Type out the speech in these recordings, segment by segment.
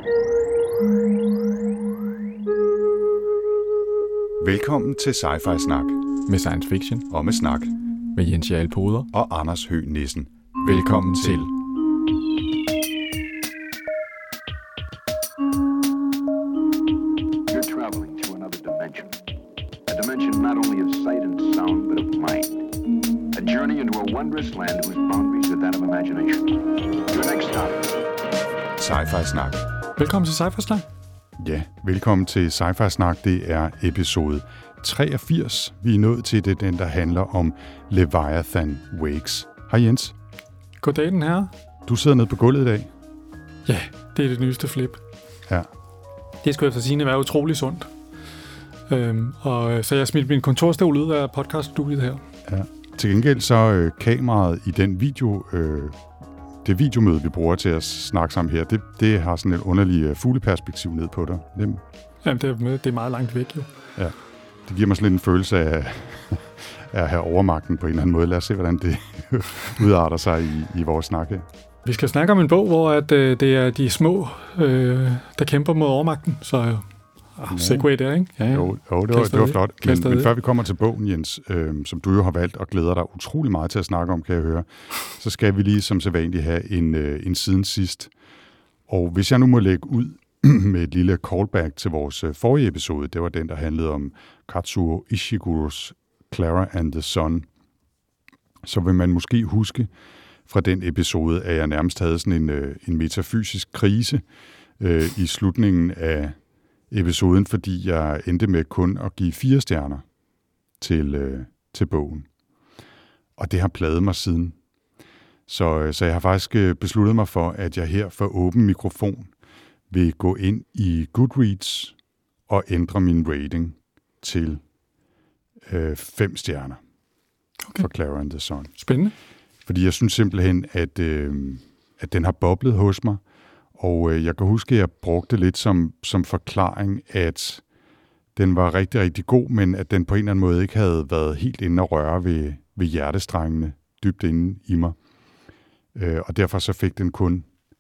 Velkommen til Sci-Fi Snak. Med science fiction. Og med snak. Med Jens Jarl Poder. Og Anders Høgh Nissen. Velkommen til. You're traveling to another dimension. A dimension not only of sight and sound, but of mind. A journey into a wondrous land whose boundaries are that of imagination. Your next stop. Sci-Fi Snak. Velkommen til Sci-Fi Snak. Ja, velkommen til Sci-Fi Snak. Det er episode 83. Vi er nået til det, den der handler om Leviathan Wakes. Hej Jens. Goddag den her. Du sidder nede på gulvet i dag. Ja, det er det nyeste flip. Ja. Det skulle efter sigende være utrolig sundt. Så jeg smidt min kontorstol ud af podcaststudiet her. Ja. Til gengæld så kameraet i den video, det videomøde, vi bruger til at snakke sammen her, det har sådan et underligt fugleperspektiv ned på dig. Jamen, det er meget langt væk jo. Ja, det giver mig sådan lidt en følelse af at have overmagten på en eller anden måde. Lad os se, hvordan det udarter sig i vores snak her. Vi skal snakke om en bog, hvor det er de små, der kæmper mod overmagten. Så segway der, ikke? Ja. Jo, det var flot. Men før vi kommer til bogen, Jens, som du jo har valgt og glæder dig utrolig meget til at snakke om, kan jeg høre, så skal vi lige som sædvanligt have en siden sidst. Og hvis jeg nu må lægge ud med et lille callback til vores forrige episode, det var den, der handlede om Kazuo Ishiguros Clara and the Sun, så vil man måske huske fra den episode, at jeg nærmest havde sådan en metafysisk krise i slutningen af episoden, fordi jeg endte med kun at give 4 stjerner til bogen. Og det har plaget mig siden. Så jeg har faktisk besluttet mig for, at jeg her for åben mikrofon vil gå ind i Goodreads og ændre min rating til 5 stjerner for Clara and the Sun. Spændende. Fordi jeg synes simpelthen, at den har boblet hos mig, og jeg kan huske, at jeg brugte lidt som forklaring, at den var rigtig, rigtig god, men at den på en eller anden måde ikke havde været helt inde at røre ved hjertestrengene dybt inde i mig. Og derfor så fik den kun,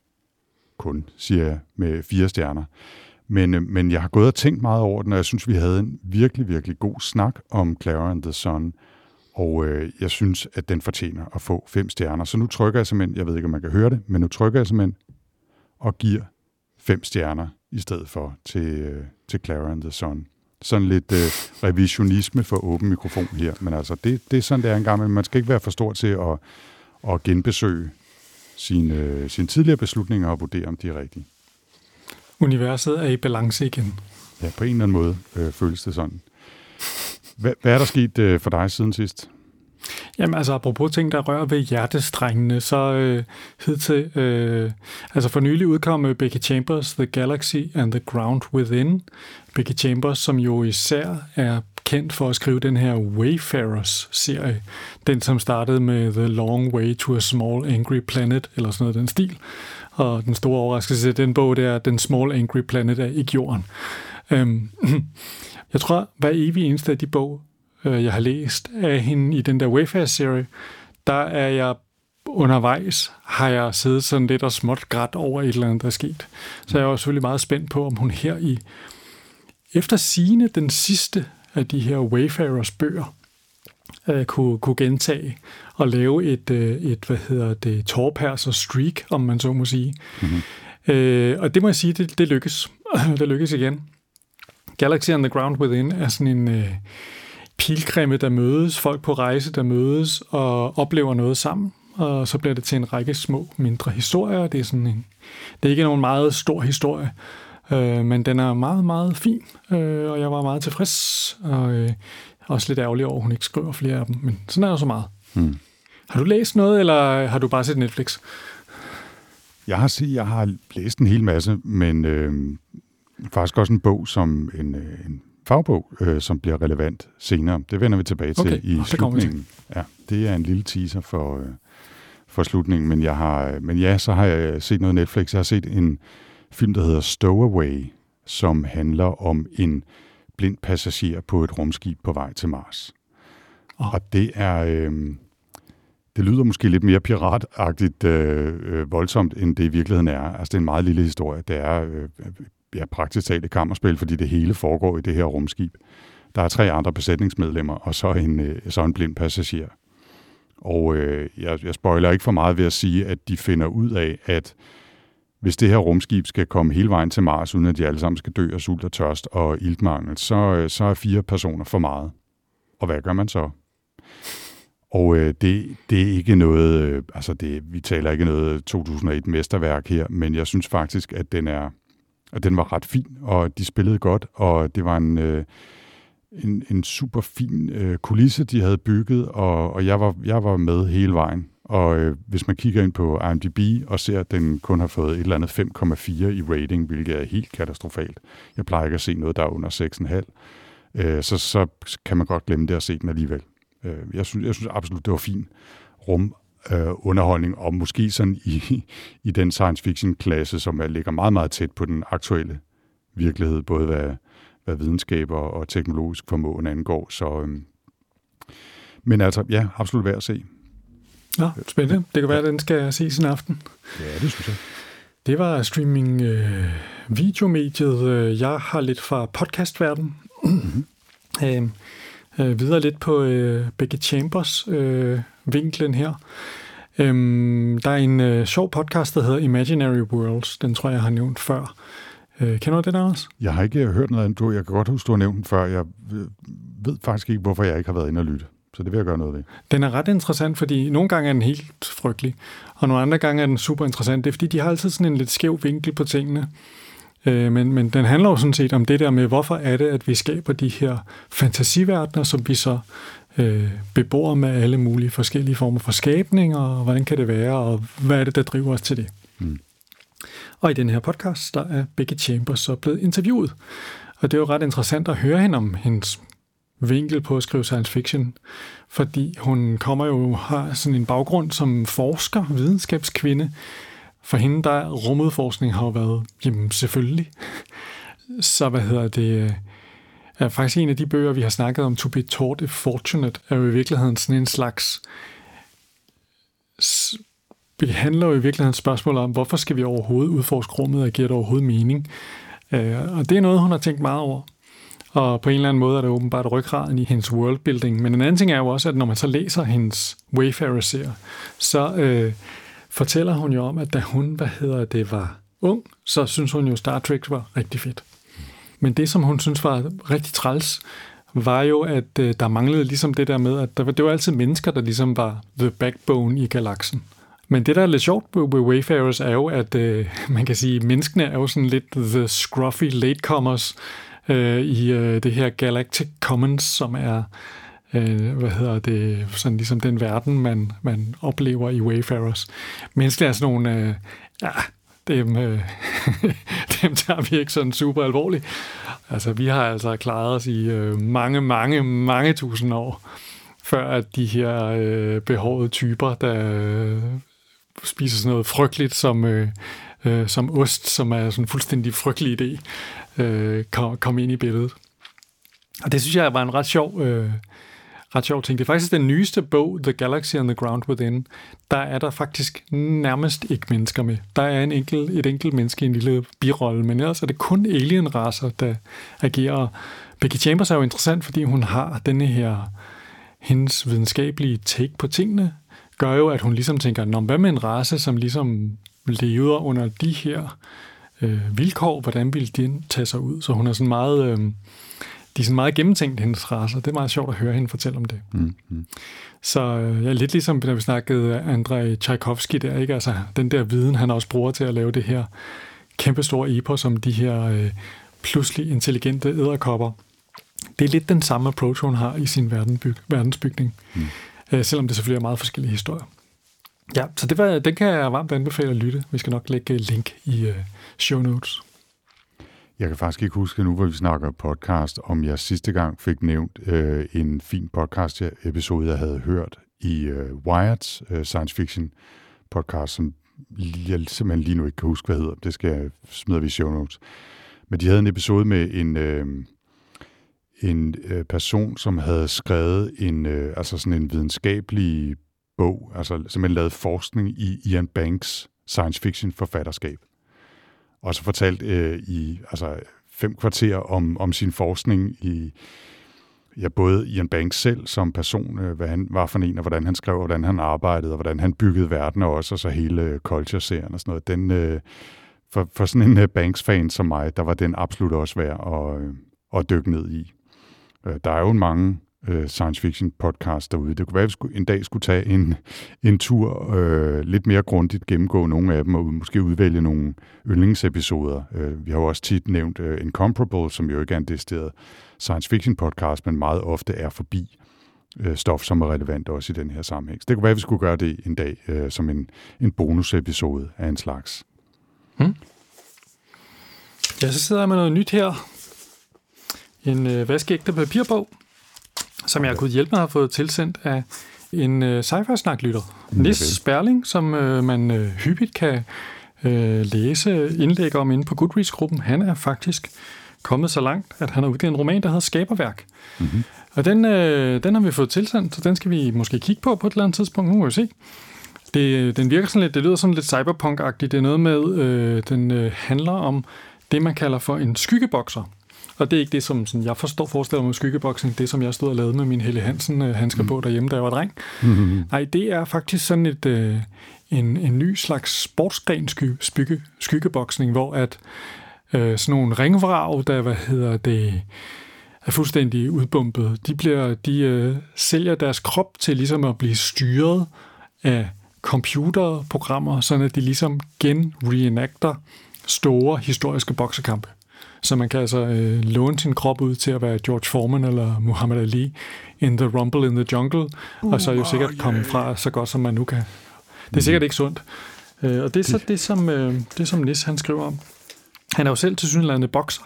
siger jeg, med 4 stjerner. Men jeg har gået og tænkt meget over den, og jeg synes, vi havde en virkelig, virkelig god snak om Clara and the Sun, og jeg synes, at den fortjener at få 5 stjerner. Så nu trykker jeg simpelthen, jeg ved ikke, om man kan høre det, men nu trykker jeg simpelthen og giver 5 stjerner i stedet for til Clara and the Sun. Sådan lidt revisionisme for åben mikrofon her, men altså det er sådan, det er engang, men man skal ikke være for stor til at genbesøge sine tidligere beslutninger og vurdere, om de er rigtige. Universet er i balance igen. Ja, på en eller anden måde føles det sådan. Hvad er der sket for dig siden sidst? Jamen altså, apropos ting, der rører ved hjertestrengene, så hidtil, for nylig udkom Becky Chambers' The Galaxy and the Ground Within. Becky Chambers, som jo især er kendt for at skrive den her Wayfarers-serie. Den, som startede med The Long Way to a Small Angry Planet, eller sådan noget den stil. Og den store overraskelse af den bog, det er, at den Small Angry Planet er ikke jorden. Jeg tror, hver evig eneste af de bog, jeg har læst af hende i den der Wayfarer-serie, der er jeg undervejs, har jeg siddet sådan lidt og småt grædt over et eller andet, der er sket. Så jeg var selvfølgelig meget spændt på, om hun her efter sigende den sidste af de her Wayfarers bøger, kunne gentage og lave et torpers og streak, om man så må sige. Mm-hmm. Og det må jeg sige, det lykkes. Det lykkes igen. Galaxy and the Ground Within er sådan en pilgrimme, der mødes, folk på rejse, der mødes og oplever noget sammen, og så bliver det til en række små, mindre historier. Det er ikke nogen meget stor historie, men den er meget, meget fin, og jeg var meget tilfreds, og også lidt ærgerlig over, at hun ikke skriver flere af dem, men sådan er der så meget. Har du læst noget, eller har du bare set Netflix? Jeg har læst en hel masse, men faktisk også en bog som en fagbog, som bliver relevant senere. Det vender vi tilbage til i slutningen. Ja, det er en lille teaser for slutningen, så har jeg set noget Netflix. Jeg har set en film, der hedder Stowaway, som handler om en blind passager på et rumskib på vej til Mars. Og det er Det lyder måske lidt mere piratagtigt voldsomt, end det i virkeligheden er. Altså, det er en meget lille historie. Det er praktisk talt et kammerspil, fordi det hele foregår i det her rumskib. Der er 3 andre besætningsmedlemmer, og så en blind passager. Og jeg spoiler ikke for meget ved at sige, at de finder ud af, at hvis det her rumskib skal komme hele vejen til Mars, uden at de alle sammen skal dø af sult og tørst og iltmangel, så er 4 personer for meget. Og hvad gør man så? Og det er ikke noget, vi taler ikke noget 2001 mesterværk her, men jeg synes faktisk, at den var ret fin, og de spillede godt, og det var en super fin kulisse, de havde bygget, og jeg var med hele vejen. Og hvis man kigger ind på IMDb og ser, at den kun har fået et eller andet 5,4 i rating, hvilket er helt katastrofalt. Jeg plejer ikke at se noget, der er under 6,5. Så kan man godt glemme det at se den alligevel. Jeg synes absolut, det var fin rumunderholdning, og måske sådan i den science fiction-klasse, som ligger meget, meget tæt på den aktuelle virkelighed, både hvad videnskab og teknologisk formåen angår. Så, men altså, ja, absolut værd at se. Nå, spændende. Det kan være, at den skal ses en aften. Ja, det synes jeg. Det var streaming videomediet. Jeg har lidt fra podcastverdenen. Mm-hmm. Videre lidt på Becky Chambers vinklen her. Der er en sjov podcast, der hedder Imaginary Worlds. Den tror jeg har nævnt før. Kender du det, Anders? Jeg har ikke hørt noget andet. Jeg kan godt huske, du har nævnt den før. Jeg ved faktisk ikke, hvorfor jeg ikke har været inde og lytte. Så det vil jeg gøre noget ved. Den er ret interessant, fordi nogle gange er den helt frygtelig, og nogle andre gange er den super interessant. Det er, fordi de har altid sådan en lidt skæv vinkel på tingene. Men den handler jo sådan set om det der med, hvorfor er det, at vi skaber de her fantasiverdener, som vi så bebor med alle mulige forskellige former for skabning, og hvordan kan det være, og hvad er det, der driver os til det. Mm. Og i den her podcast, der er Becky Chambers så blevet interviewet. Og det er jo ret interessant at høre hende om hendes vinkel på at skrive science fiction, fordi hun har sådan en baggrund som forsker, videnskabskvinde. For hende, der rumudforskning har jo været, jamen selvfølgelig. Så er faktisk en af de bøger, vi har snakket om, To Be Taught If Fortunate, er jo i virkeligheden sådan en slags behandler jo i virkeligheden spørgsmål om, hvorfor skal vi overhovedet udforske rummet, og giver det overhovedet mening? Og det er noget, hun har tænkt meget over. Og på en eller anden måde er det åbenbart ryggraden i hendes worldbuilding. Men en anden ting er jo også, at når man så læser hendes Wayfarer-serie, så fortæller hun jo om, at da hun, var ung, så synes hun jo, Star Trek var rigtig fedt. Men det, som hun synes var rigtig træls, var jo, at der manglede ligesom det der med, at det var altid mennesker, der ligesom var the backbone i galaksen. Men det, der er lidt sjovt ved Wayfarers, er jo, at man kan sige, at menneskene er jo sådan lidt the scruffy latecomers i det her Galactic Commons, som er sådan ligesom den verden, man oplever i Wayfarers. Mennesker er sådan nogle, dem tager vi ikke sådan super alvorligt. Altså, vi har altså klaret os i mange tusind år, før at de her behårede typer, der spiser sådan noget frygteligt som ost, som er sådan en fuldstændig frygtelig idé, kom ind i billedet. Og det synes jeg var en ret sjov ting. Det er faktisk den nyeste bog, The Galaxy and the Ground Within. Der er der faktisk nærmest ikke mennesker med. Der er et enkelt menneske i en lille birolle, men ellers er det kun alien-racer, der agerer. Becky Chambers er jo interessant, fordi hun har hendes videnskabelige take på tingene, gør jo, at hun ligesom tænker, hvad med en race, som ligesom lever under de her vilkår, hvordan vil de tage sig ud? Så hun er sådan meget, de er sådan meget gennemtænkt, hendes racer. Det er meget sjovt at høre hende fortælle om det. Mm-hmm. Så lidt ligesom, da vi snakkede Andrei Tchaikovsky der, ikke? Altså den der viden, han også bruger til at lave det her kæmpestore epos om de her pludselig intelligente edderkopper. Det er lidt den samme approach, hun har i sin verdensbygning. Selvom det selvfølgelig er meget forskellige historier. Ja, så den kan jeg varmt anbefale at lytte. Vi skal nok lægge link i show notes. Jeg kan faktisk ikke huske nu, hvor vi snakker podcast, om jeg sidste gang fik nævnt en fin podcast-episode, jeg havde hørt i Wired's science fiction podcast, som jeg simpelthen lige nu ikke kan huske, hvad hedder. Det skal smide vi i show notes. Men de havde en episode med en person, som havde skrevet sådan en videnskabelig bog, altså simpelthen lavet forskning i Ian Banks science fiction forfatterskab. Og så fortalt i 5 kvarter om sin forskning i både Ian Banks selv som person, hvad han var for en, og hvordan han skrev, og hvordan han arbejdede, og hvordan han byggede verden, og så hele Culture-serien og sådan noget. For sådan en Banks-fan som mig, der var den absolut også værd at dykke ned i. Der er jo mange science fiction podcast derude. Det kunne være, at vi en dag skulle tage en tur, lidt mere grundigt gennemgå nogle af dem, og måske udvælge nogle yndlingsepisoder. Vi har jo også tit nævnt Incomparable, som jo ikke er en decideret science fiction podcast, men meget ofte er forbi stof, som er relevant også i den her sammenhæng. Så det kunne være, at vi skulle gøre det en dag som en bonusepisode af en slags. Ja, så sidder jeg med noget nyt her. En vaskeægte papirbog, som jeg kunne hjælpe mig har fået tilsendt af en sci-fi-snak-lytter. Nis Sperling, som man hyppigt kan læse indlæg om inde på Goodreads-gruppen. Han er faktisk kommet så langt, at han har udgivet en roman, der hedder Skaberværk. Mm-hmm. Og den har vi fået tilsendt, så den skal vi måske kigge på et eller andet tidspunkt. Nu må vi se. Den virker sådan lidt, det lyder sådan lidt cyberpunk-agtigt. Det er noget med, den handler om det, man kalder for en skyggebokser. Og det er ikke det, som sådan, jeg forestiller mig med skyggeboksing, det som jeg stod og lavede med min Helle Hansen handsker på derhjemme, da jeg var dreng. Mm-hmm. Nej, det er faktisk sådan en ny slags sportsgren skyggeboksning, hvor at sådan nogle ringvrag, der er fuldstændig udbumpet, de sælger deres krop til ligesom at blive styret af computerprogrammer, sådan at de ligesom reenacter store historiske boksekampe. Så man kan altså låne sin krop ud til at være George Foreman eller Muhammad Ali in the Rumble in the Jungle, og så er jo sikkert komme fra så godt, som man nu kan. Det er sikkert ikke sundt. Og det er så det, som Nis han skriver om. Han er jo selv tilsyneladende bokser,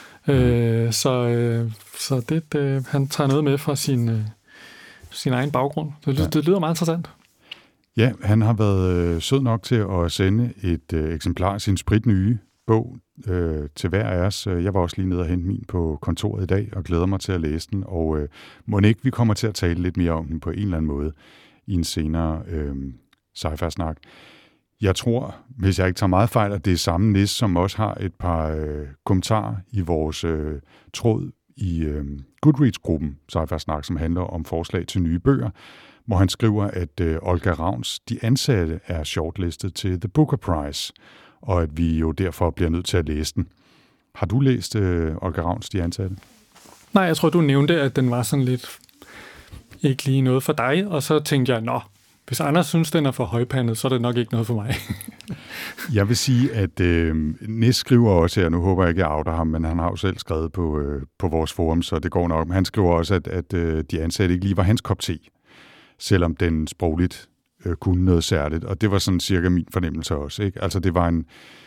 så han tager noget med fra sin egen baggrund. Det lyder meget interessant. Ja, han har været sød nok til at sende et eksemplar af sin spritnye bog til hver af os. Jeg var også lige nede og hente min på kontoret i dag, og glæder mig til at læse den, og må ikke vi kommer til at tale lidt mere om den på en eller anden måde i en senere sci-fi-snak. Jeg tror, hvis jeg ikke tager meget fejl, at det er samme Nis, som også har et par kommentarer i vores tråd i Goodreads-gruppen Sci-fi-snak, som handler om forslag til nye bøger, hvor han skriver, at Olga Ravns De Ansatte er shortlistet til The Booker Prize, og at vi jo derfor bliver nødt til at læse den. Har du læst Olga Ravns De Ansatte? Nej, jeg tror, du nævnte, at den var sådan lidt ikke lige noget for dig, og så tænkte jeg, hvis Anders synes, den er for højpandet, så er det nok ikke noget for mig. Jeg vil sige, at Nis skriver også her, nu håber jeg ikke, jeg outer ham, men han har jo selv skrevet på vores forum, så det går nok. Han skriver også, at De Ansatte ikke lige var hans kop te, selvom den sprogligt kunne noget særligt, og det var sådan cirka min fornemmelse også. Ikke? Altså det var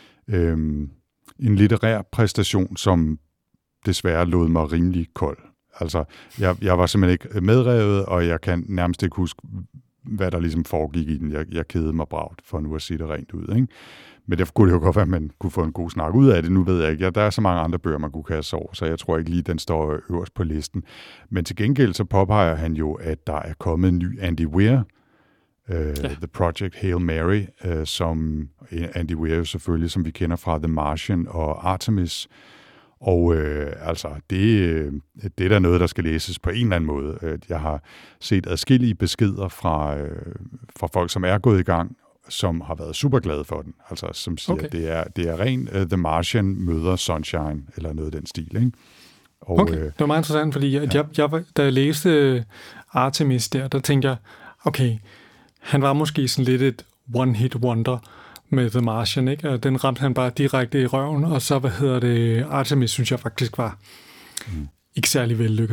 en litterær præstation, som desværre lod mig rimelig kold. Altså jeg var simpelthen ikke medrevet, og jeg kan nærmest ikke huske, hvad der ligesom foregik i den. Jeg kedede mig bragt, for nu at sige det rent ud. Ikke? Men derfor kunne det jo godt være, at man kunne få en god snak ud af det. Nu ved jeg ikke. Der er så mange andre bøger, man kunne kaste over, så jeg tror ikke lige, den står øverst på listen. Men til gengæld så påpeger han jo, at der er kommet en ny Andy Weir, The Project Hail Mary, som Andy Weir selvfølgelig, som vi kender fra The Martian og Artemis. Og det er da noget, der skal læses på en eller anden måde. Jeg har set adskillige beskeder fra folk, som er gået i gang, som har været super glade for den. Altså som siger, at det er ren The Martian møder Sunshine, eller noget af den stil, ikke? Og, det var meget interessant, fordi da jeg læste Artemis der tænkte jeg, okay, han var måske sådan lidt et one-hit wonder med The Martian, ikke? Og den ramte han bare direkte i røven, og så, Artemis synes jeg faktisk var ikke særlig vellykket.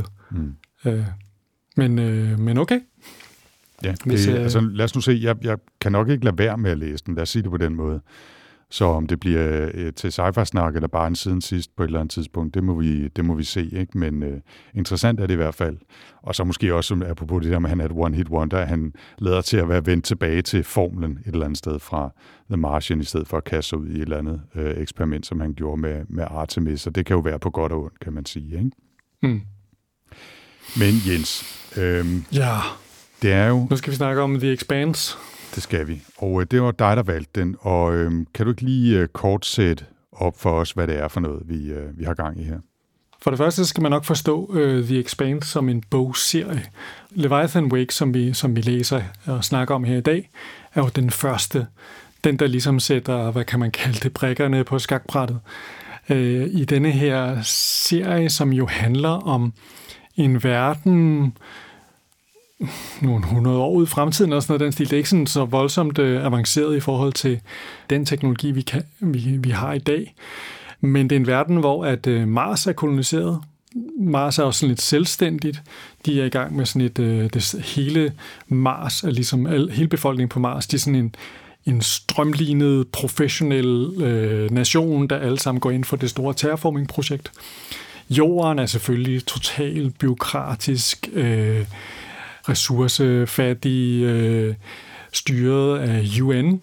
Men okay. Ja, lad os nu se, jeg kan nok ikke lade være med at læse den, lad os sige det på den måde. Så om det bliver til sci-fi-snak eller bare en siden sidst på et eller andet tidspunkt, det må vi se, ikke? Men interessant er det i hvert fald. Og så måske også, apropos det der med, at han er et one-hit wonder, at han lader til at være vendt tilbage til formlen et eller andet sted fra The Martian, i stedet for at kaste sig ud i et eller andet eksperiment, som han gjorde med Artemis. Og det kan jo være på godt og ondt, kan man sige, ikke? Men Jens, Det er jo... Nu skal vi snakke om The Expanse. Det skal vi. Og det var dig, der valgte den. Og kan du ikke lige kort sætte op for os, hvad det er for noget, vi har gang i her? For det første skal man nok forstå The Expanse som en bogserie. Leviathan Wake, som vi læser og snakker om her i dag, er jo den første. Den, der ligesom sætter, hvad kan man kalde det, brikkerne på skakbrættet. I denne her serie, som jo handler om en verden nogle 100 år ude i fremtiden og sådan noget den stil. Det er ikke sådan så voldsomt avanceret i forhold til den teknologi, vi har i dag. Men det er en verden, hvor at Mars er koloniseret. Mars er også sådan lidt selvstændigt. De er i gang med sådan et hele Mars, er ligesom hele befolkningen på Mars, de er sådan en strømlignet, professionel nation, der alle sammen går ind for det store terraforming-projekt. Jorden er selvfølgelig totalt bureaukratisk, ressourcefattig, styret af UN.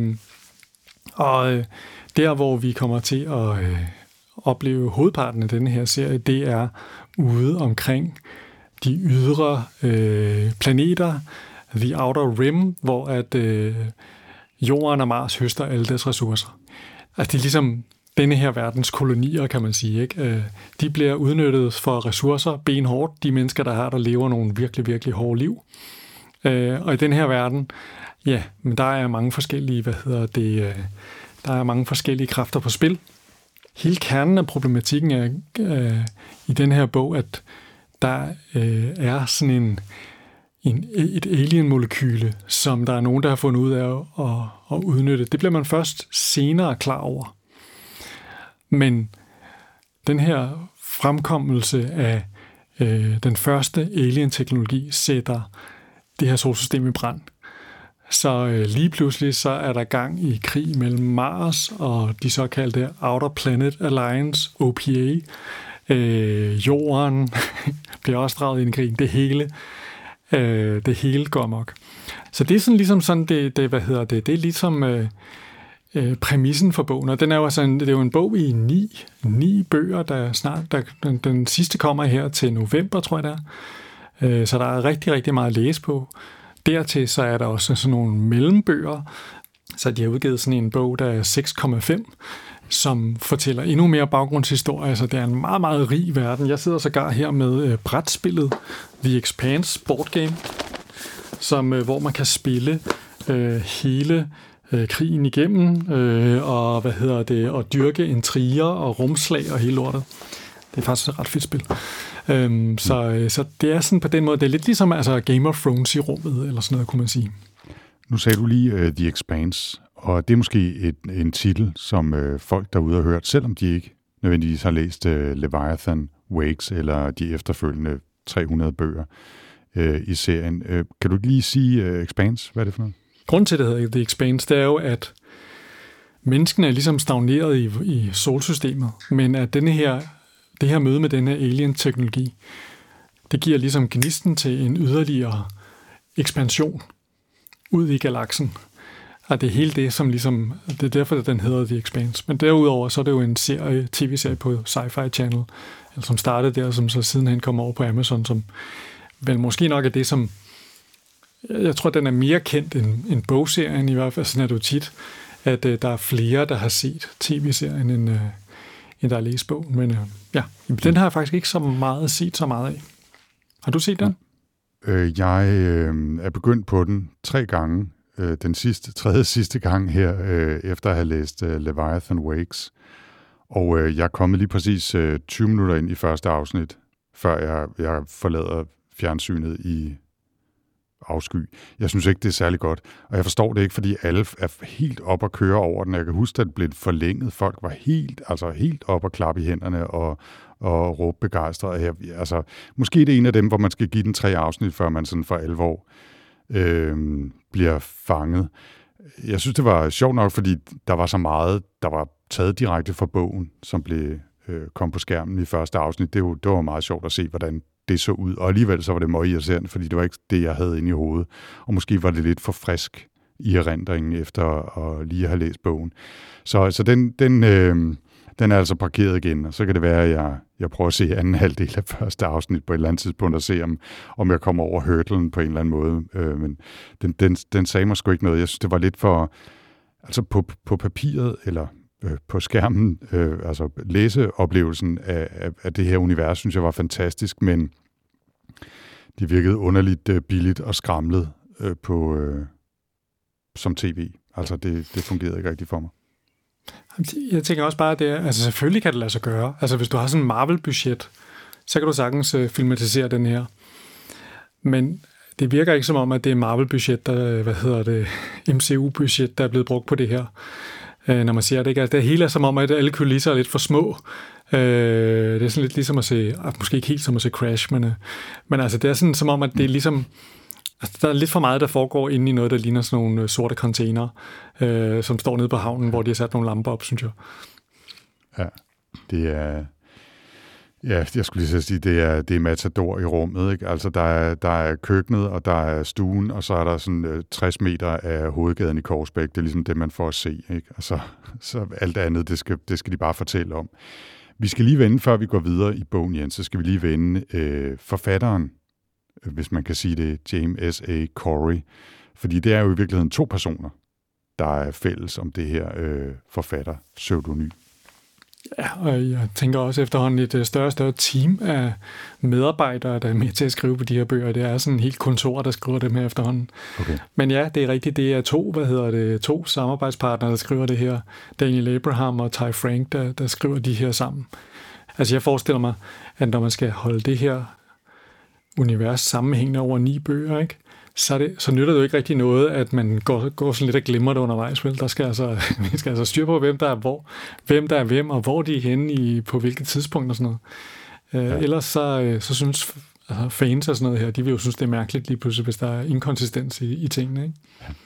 Og der, hvor vi kommer til at opleve hovedparten af denne her serie, det er ude omkring de ydre planeter, The Outer Rim, hvor at Jorden og Mars høster alle deres ressourcer. Altså det er ligesom denne her verdens kolonier, kan man sige. Ikke? De bliver udnyttet for ressourcer benhårdt, de mennesker, der lever nogle virkelig, virkelig hårde liv. Og i den her verden, ja, men der er mange forskellige, der er mange forskellige kræfter på spil. Hele kernen af problematikken er i den her bog, at der er sådan et alien-molekyle, som der er nogen, der har fundet ud af at udnytte. Det bliver man først senere klar over. Men den her fremkommelse af den første alien-teknologi sætter det her solsystem i brand. Så lige pludselig så er der gang i krig mellem Mars og de såkaldte Outer Planet Alliance, OPA. Jorden bliver også draget ind i krigen. Det hele går amok. Så det er sådan ligesom sådan, det er ligesom præmissen for bogen. Og den er jo altså det er jo en bog i 9 bøger, den sidste kommer her til november, tror jeg det er. Så der er rigtig, rigtig meget at læse på. Dertil så er der også sådan nogle mellembøger, så de har udgivet sådan en bog, der er 6,5, som fortæller endnu mere baggrundshistorie. Altså det er en meget, meget rig verden. Jeg sidder sågar her med brætspillet The Expanse Board Game, hvor man kan spille hele krigen igennem, og dyrke intriger og rumslag og hele lortet. Det er faktisk et ret fedt spil. Så det er sådan på den måde, det er lidt ligesom altså Game of Thrones i rummet, eller sådan noget, kunne man sige. Nu sagde du lige The Expanse, og det er måske en titel, som folk derude har hørt, selvom de ikke nødvendigvis har læst Leviathan Wakes, eller de efterfølgende 300 bøger i serien. Kan du lige sige Expanse? Hvad er det for noget? Grunden til, det hedder The Expanse, det er jo, at menneskene er ligesom stagneret i solsystemet, men at det her møde med denne alien-teknologi, det giver ligesom gnisten til en yderligere ekspansion ud i galaksen. Og det er hele det, som ligesom, det er derfor, at den hedder The Expanse. Men derudover, så er det jo en tv-serie på Sci-Fi Channel, som startede der, som så sidenhen kom over på Amazon, som vel måske nok er det, som jeg tror, den er mere kendt end bogserien, i hvert fald sådan er det jo tit, at der er flere, der har set tv-serien, end der er læst bogen. Men den har jeg faktisk ikke set så meget af. Har du set den? Jeg er begyndt på den 3 gange. Den tredje sidste gang her, efter at have læst Leviathan Wakes. Og jeg er kommet lige præcis 20 minutter ind i første afsnit, før jeg forlader fjernsynet i afsky. Jeg synes ikke, det er særlig godt. Og jeg forstår det ikke, fordi alle er helt op at køre over den. Jeg kan huske, at det blev forlænget. Folk var helt op at klappe i hænderne og råbe begejstret. Altså, måske det er en af dem, hvor man skal give den 3 afsnit, før man sådan for alvor bliver fanget. Jeg synes, det var sjovt nok, fordi der var så meget, der var taget direkte fra bogen, som kom på skærmen i første afsnit. Det var meget sjovt at se, hvordan det så ud. Og alligevel så var det meget irriterende, fordi det var ikke det, jeg havde inde i hovedet. Og måske var det lidt for frisk i erindringen efter at lige have læst bogen. Så den den er altså parkeret igen, og så kan det være, at jeg prøver at se anden halvdel af første afsnit på et eller andet tidspunkt, og se, om jeg kommer over hurdlen på en eller anden måde. Men den sagde mig sgu ikke noget. Jeg synes, det var lidt for... Altså på papiret, eller på skærmen, altså læseoplevelsen af det her univers, synes jeg var fantastisk, men det virkede underligt billigt og skramlet som tv. Altså, det fungerede ikke rigtigt for mig. Jeg tænker også bare, at altså selvfølgelig kan det lade sig gøre. Altså, hvis du har sådan en Marvel-budget, så kan du sagtens filmatisere den her. Men det virker ikke som om, at det er Marvel-budget, MCU-budget, der er blevet brugt på det her. Når man ser det, ikke? Altså, det hele er som om, at alle kulisser er lidt for små. Det er sådan lidt ligesom at se, måske ikke helt som at se Crash, men altså, det er sådan som om, at det er ligesom... Altså, der er lidt for meget, der foregår inde i noget, der ligner sådan nogle sorte container, som står nede på havnen, hvor de har sat nogle lamper op, synes jeg. Ja, det er... Ja, jeg skulle lige sige, det er Matador i rummet, ikke? Altså, der er køkkenet, og der er stuen, og så er der sådan 60 meter af hovedgaden i Korsbæk. Det er ligesom det, man får at se, ikke? Og så alt andet, det skal de bare fortælle om. Vi skal lige vende, før vi går videre i bogen, Jens, så skal vi lige vende forfatteren, hvis man kan sige det, James S.A. Corey. Fordi det er jo i virkeligheden 2 personer, der er fælles om det her forfatter-pseudonym. Ja, og jeg tænker også efterhånden et større og større team af medarbejdere, der er med til at skrive på de her bøger. Det er sådan en helt kontor, der skriver dem her efterhånden. Okay. Men ja, det er rigtigt. Det er 2 samarbejdspartnere, der skriver det her. Daniel Abraham og Ty Frank, der skriver de her sammen. Altså jeg forestiller mig, at når man skal holde det her univers sammenhængende over 9 bøger, ikke? Så nytter det jo ikke rigtig noget, at man går sådan lidt og glemmer det undervejs. Vel? Vi skal altså styre på, hvem der er hvem, og hvor de er henne på hvilket tidspunkt og sådan noget. Ja. Ellers så synes fans og sådan noget her, de vil jo synes, det er mærkeligt lige pludselig, hvis der er inkonsistens i tingene. Ikke?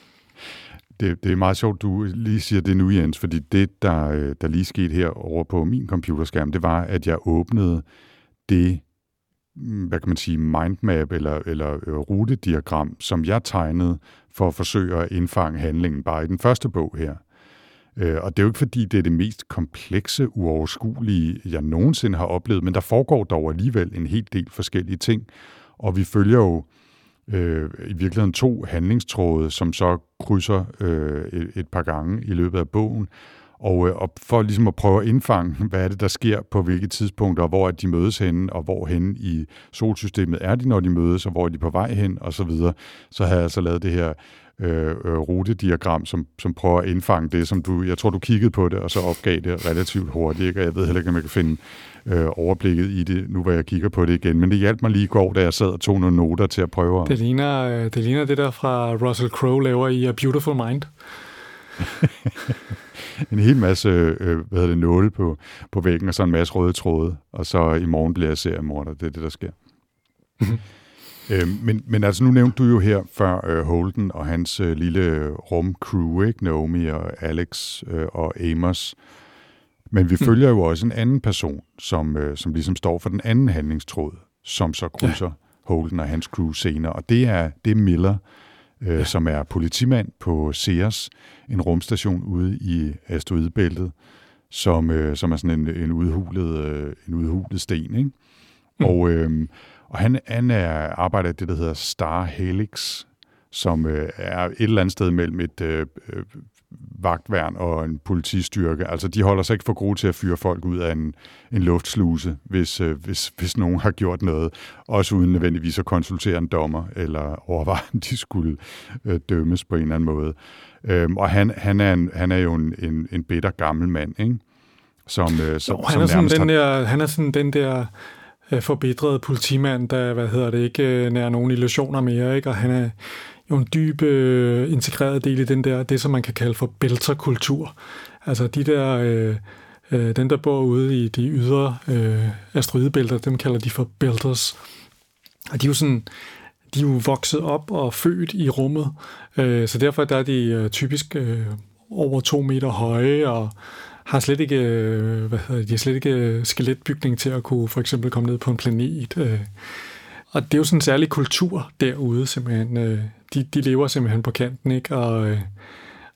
Ja. Det er meget sjovt, du lige siger det nu, Jens, fordi det, der lige skete her over på min computerskærm, det var, at jeg åbnede det, hvad kan man sige, mindmap eller rutediagram, som jeg tegnede for at forsøge at indfange handlingen bare i den første bog her. Og det er jo ikke fordi, det er det mest komplekse, uoverskuelige, jeg nogensinde har oplevet, men der foregår dog alligevel en hel del forskellige ting, og vi følger jo i virkeligheden 2 handlingstråde, som så krydser et par gange i løbet af bogen, og for ligesom at prøve at indfange, hvad er det, der sker på hvilke tidspunkter, og hvor er de mødes henne, og hvor henne i solsystemet er de, når de mødes, og hvor er de på vej hen, og så videre. Så har jeg altså lavet det her rutediagram, som prøver at indfange det, som jeg tror, du kiggede på det, og så opgav det relativt hurtigt, ikke? Og jeg ved heller ikke, om jeg kan finde overblikket i det, nu hvor jeg kigger på det igen. Men det hjalp mig lige i går, da jeg sad og tog nogle noter til at prøve. Det ligner det der fra Russell Crowe laver i A Beautiful Mind. En hel masse nåle på væggen, og så en masse røde tråde, og så i morgen bliver jeg seriemorder. Det er det, der sker. Men altså, nu nævnte du jo her før Holden og hans lille rumcrew, ikke? Naomi og Alex og Amos. Men vi følger jo også en anden person, som ligesom står for den anden handlingstråd, som så krydser Holden og hans crew senere. Og det er Miller, som er politimand på Ceres, en rumstation ude i asteroidebæltet, som er sådan en udhulet sten, ikke? Og han arbejder i det, der hedder Star Helix, som er et eller andet sted mellem et vagtværn og en politistyrke. Altså, de holder sig ikke for gode til at fyre folk ud af en luftsluse, hvis nogen har gjort noget, også uden nødvendigvis at konsultere en dommer, eller overveje, om de skulle dømmes på en eller anden måde. Og han er jo en bitter gammel mand, ikke? Han er sådan den der forbedrede politimand, der, ikke nærer nogen illusioner mere, ikke? Og han er jo en dyb integreret del i det, som man kan kalde for bælterkultur. Altså de der, den der bor ude i de ydre asteroidebælter, dem kalder de for bælters. Og de er jo vokset op og født i rummet, så derfor der er de typisk over 2 meter høje og har slet ikke skeletbygning til at kunne for eksempel komme ned på en planet. Og det er jo sådan en særlig kultur derude, simpelthen. De lever simpelthen på kanten, ikke? Og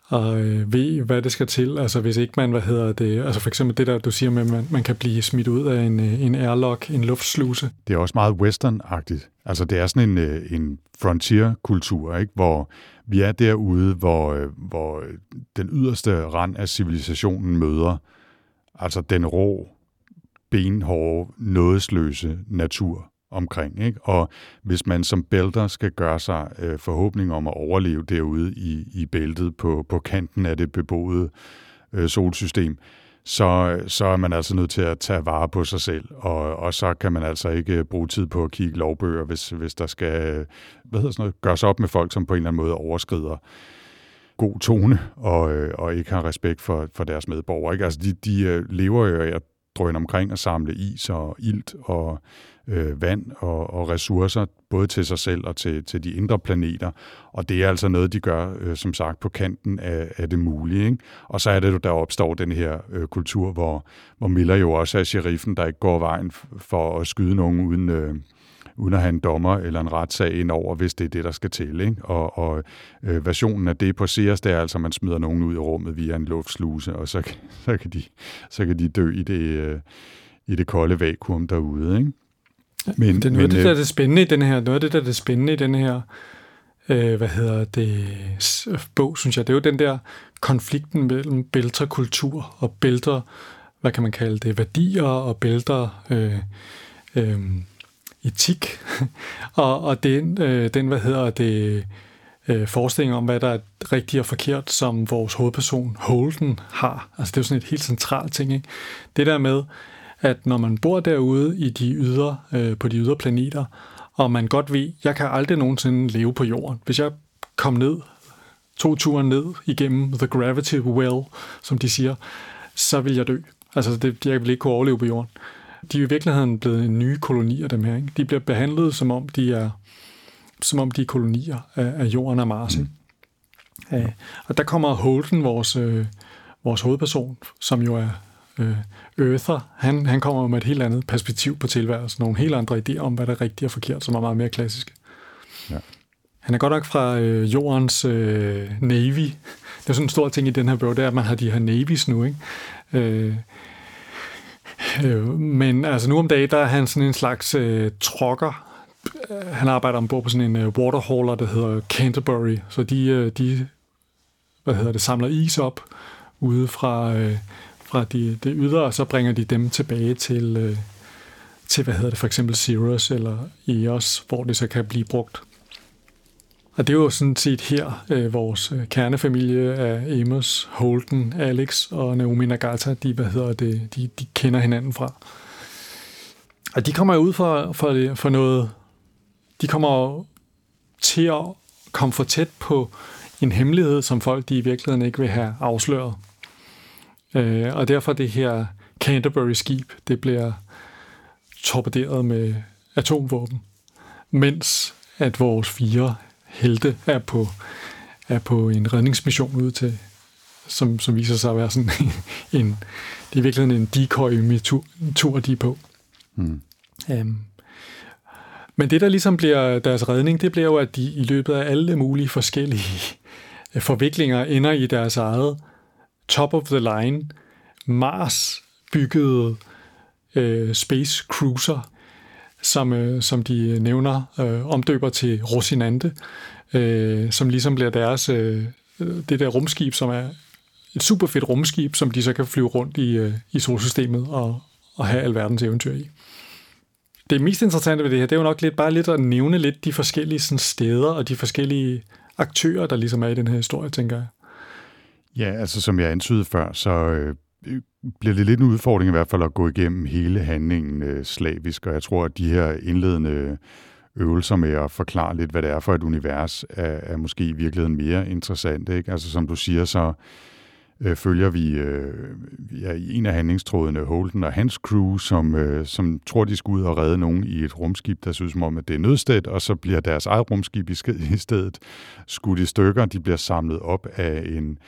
ved, hvad det skal til. Altså hvis ikke man, altså for eksempel det der, du siger med, at man kan blive smidt ud af en airlock, en luftsluse. Det er også meget western-agtigt. Altså det er sådan en frontier-kultur, ikke? Hvor vi er derude, hvor den yderste rand af civilisationen møder altså den rå, benhårde, nådesløse natur omkring, ikke? Og hvis man som bælter skal gøre sig forhåbning om at overleve derude i bæltet på kanten af det beboede solsystem, så er man altså nødt til at tage vare på sig selv, og så kan man altså ikke bruge tid på at kigge lovbøger, hvis der skal gøres op med folk, som på en eller anden måde overskrider god tone og ikke har respekt for deres medborgere, ikke? Altså de lever jo af at drøne omkring og samle is og ilt og vand og ressourcer, både til sig selv og til de indre planeter. Og det er altså noget, de gør, som sagt, på kanten af det mulige, ikke? Og så er det, der opstår den her kultur, hvor Miller jo også er sheriffen, der ikke går vejen for at skyde nogen uden at have en dommer eller en retssag indover, hvis det er det, der skal til, ikke? Og versionen af det på Ceres, det er altså, at man smider nogen ud i rummet via en luftsluse, og så kan de dø i det kolde vakuum derude, ikke? Det er noget af det, der er det spændende i den her, bog, synes jeg. Det er jo den der konflikten mellem bælterkultur og bælter, hvad kan man kalde det, værdier og bælter etik. og den forestilling om, hvad der er rigtigt og forkert, som vores hovedperson Holden har. Altså det er jo sådan et helt centralt ting, ikke? Det der med, at når man bor derude på de ydre planeter, og man godt ved, jeg kan aldrig nogensinde leve på jorden. Hvis jeg tog turen ned igennem The Gravity Well, som de siger, så vil jeg dø. Altså jeg vil ikke kunne overleve på jorden. De er i virkeligheden blevet nye kolonier, dem her, ikke? De bliver behandlet, som om de er kolonier af jorden og Mars. Og der kommer Holden, vores hovedperson, som jo er Earther, han kommer med et helt andet perspektiv på tilværelsen, nogle helt andre idéer om, hvad der er rigtigt og forkert, som er meget mere klassiske. Ja. Han er godt nok fra jordens Navy. Det er sådan en stor ting i den her bog, det er, at man har de her Navies nu, ikke? Men altså nu om dagen, der er han sådan en slags trokker. Han arbejder ombord på sådan en waterhauler, der hedder Canterbury, så de samler is op ude fra det ydre, og så bringer de dem tilbage til for eksempel Ceres eller Eos, hvor det så kan blive brugt. Og det er jo sådan set her, vores kernefamilie af Amos, Holden, Alex og Naomi Nagata, de kender hinanden fra. Og de kommer ud for noget, de kommer til at komme for tæt på en hemmelighed, som folk de i virkeligheden ikke vil have afsløret. Og derfor det her Canterbury-skib, det bliver torpederet med atomvåben, mens at vores 4 helte er på en redningsmission ud til, som viser sig at være sådan det er i virkeligheden en decoy-tur, de er på. Men det, der ligesom bliver deres redning, det bliver jo, at de i løbet af alle mulige forskellige forviklinger ender i deres eget top of the line, Mars-byggede Space Cruiser, som de nævner, omdøber til Rocinante, som ligesom bliver deres, det der rumskib, som er et super fedt rumskib, som de så kan flyve rundt i solsystemet og have alverdens eventyr i. Det mest interessante ved det her, det er jo nok bare lidt at nævne lidt de forskellige sådan, steder og de forskellige aktører, der ligesom er i den her historie, tænker jeg. Ja, altså som jeg antydede før, så bliver det lidt en udfordring i hvert fald at gå igennem hele handlingen slavisk, og jeg tror, at de her indledende øvelser med at forklare lidt, hvad det er for et univers, er måske i virkeligheden mere interessant, ikke? Altså som du siger, så følger vi i en af handlingstrådene Holden og hans crew, som tror, de skal ud og redde nogen i et rumskib, der synes som om, at det er nødstedt, og så bliver deres eget rumskib i stedet skudt i stykker. De bliver samlet op af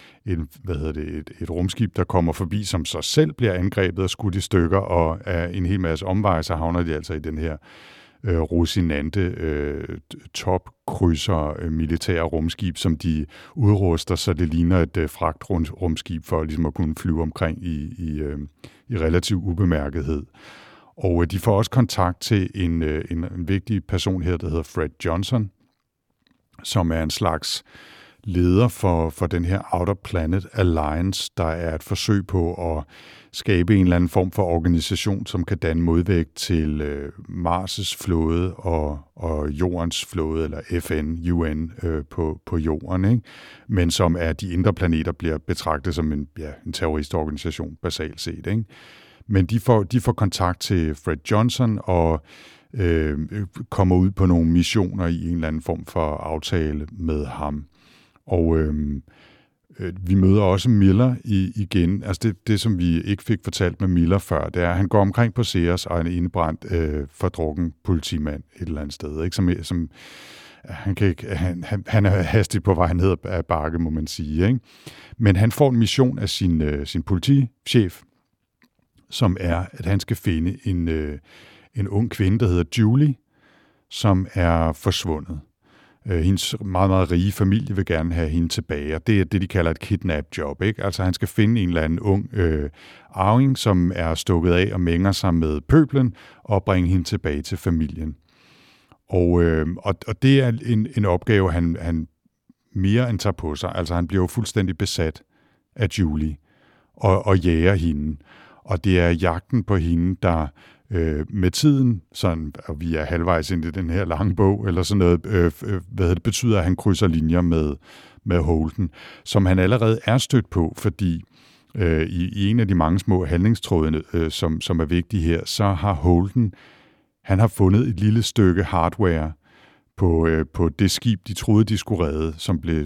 et rumskib, der kommer forbi, som så selv bliver angrebet og skudt i stykker, og af en hel masse omveje, så havner de altså i den her Rosinante topkrydser militære rumskib, som de udruster, så det ligner et fragtrumskib for ligesom at kunne flyve omkring i relativ ubemærkethed. Og de får også kontakt til en vigtig person her, der hedder Fred Johnson, som er en slags leder for den her Outer Planet Alliance, der er et forsøg på at skabe en eller anden form for organisation, som kan danne modvægt til Mars' flåde og Jordens flåde, eller FN, UN, på Jorden, ikke? Men som er de indre planeter bliver betragtet som en terroristorganisation, basalt set, ikke? Men de får kontakt til Fred Johnson og kommer ud på nogle missioner i en eller anden form for aftale med ham. Og vi møder også Miller igen. Altså det, som vi ikke fik fortalt med Miller før, det er, at han går omkring på Ceres og er en indebrændt, fordrukken politimand et eller andet sted. Ikke? Som han er hastigt på vej ned ad bakke, må man sige. Ikke? Men han får en mission af sin politichef, som er, at han skal finde en ung kvinde, der hedder Julie, som er forsvundet. Hendes meget, meget rige familie vil gerne have hende tilbage, og det er det, de kalder et kidnap-job, ikke? Altså, han skal finde en eller anden ung arving, som er stukket af og mænger sig med pøblen, og bringe hende tilbage til familien. Og det er en opgave, han mere end tager på sig. Altså, han bliver jo fuldstændig besat af Julie og jager hende. Og det er jagten på hende, der med tiden, sådan, og vi er halvvejs ind i den her lange bog, eller sådan noget, det betyder, at han krydser linjer med Holden, som han allerede er stødt på, fordi i en af de mange små handlingstrådene, som er vigtige her, så har Holden, han har fundet et lille stykke hardware på det skib, de troede, de skulle redde, som blev,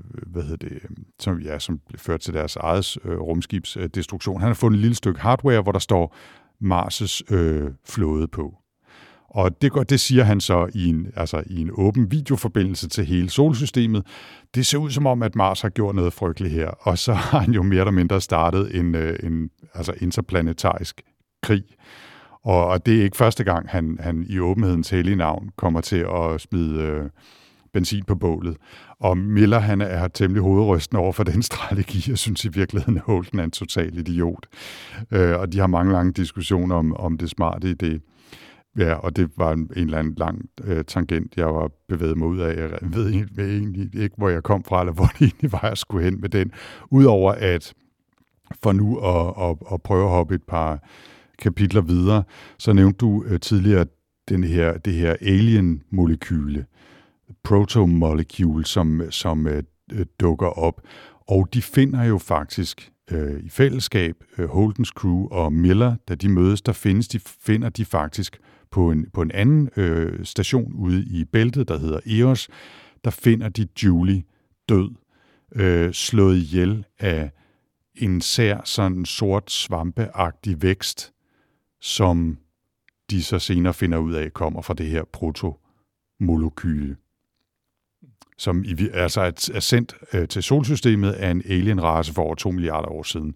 som blev ført til deres eget rumskibs destruktion. Han har fundet et lille stykke hardware, hvor der står Mars' flåde på. Og det siger han så i en åben videoforbindelse til hele solsystemet. Det ser ud som om, at Mars har gjort noget frygteligt her, og så har han jo mere eller mindre startet en interplanetarisk krig. Og det er ikke første gang, han i åbenhedens hellige navn kommer til at smide benzin på bålet. Og Miller, han er temmelig hovedrystende over for den strategi. Jeg synes i virkeligheden, at Holden er en total idiot. Og de har mange lange diskussioner om det smarte i det. Ja, og det var en eller anden lang tangent, jeg var bevæget mig ud af. Jeg ved egentlig ikke, hvor jeg kom fra, eller hvor det egentlig var, jeg skulle hen med den. Udover at for nu at prøve at hoppe et par kapitler videre, så nævnte du tidligere det her alien-molekyle, protomolecule, som dukker op. Og de finder jo faktisk i fællesskab, Holdens crew og Miller, da de mødes, finder de faktisk på en anden station ude i bæltet, der hedder EOS, der finder de Julie død, slået ihjel af en sær, sådan sort svampeagtig vækst, som de så senere finder ud af, kommer fra det her protomolekyle, som altså er sendt til solsystemet af en alien-race for over 2 milliarder år siden.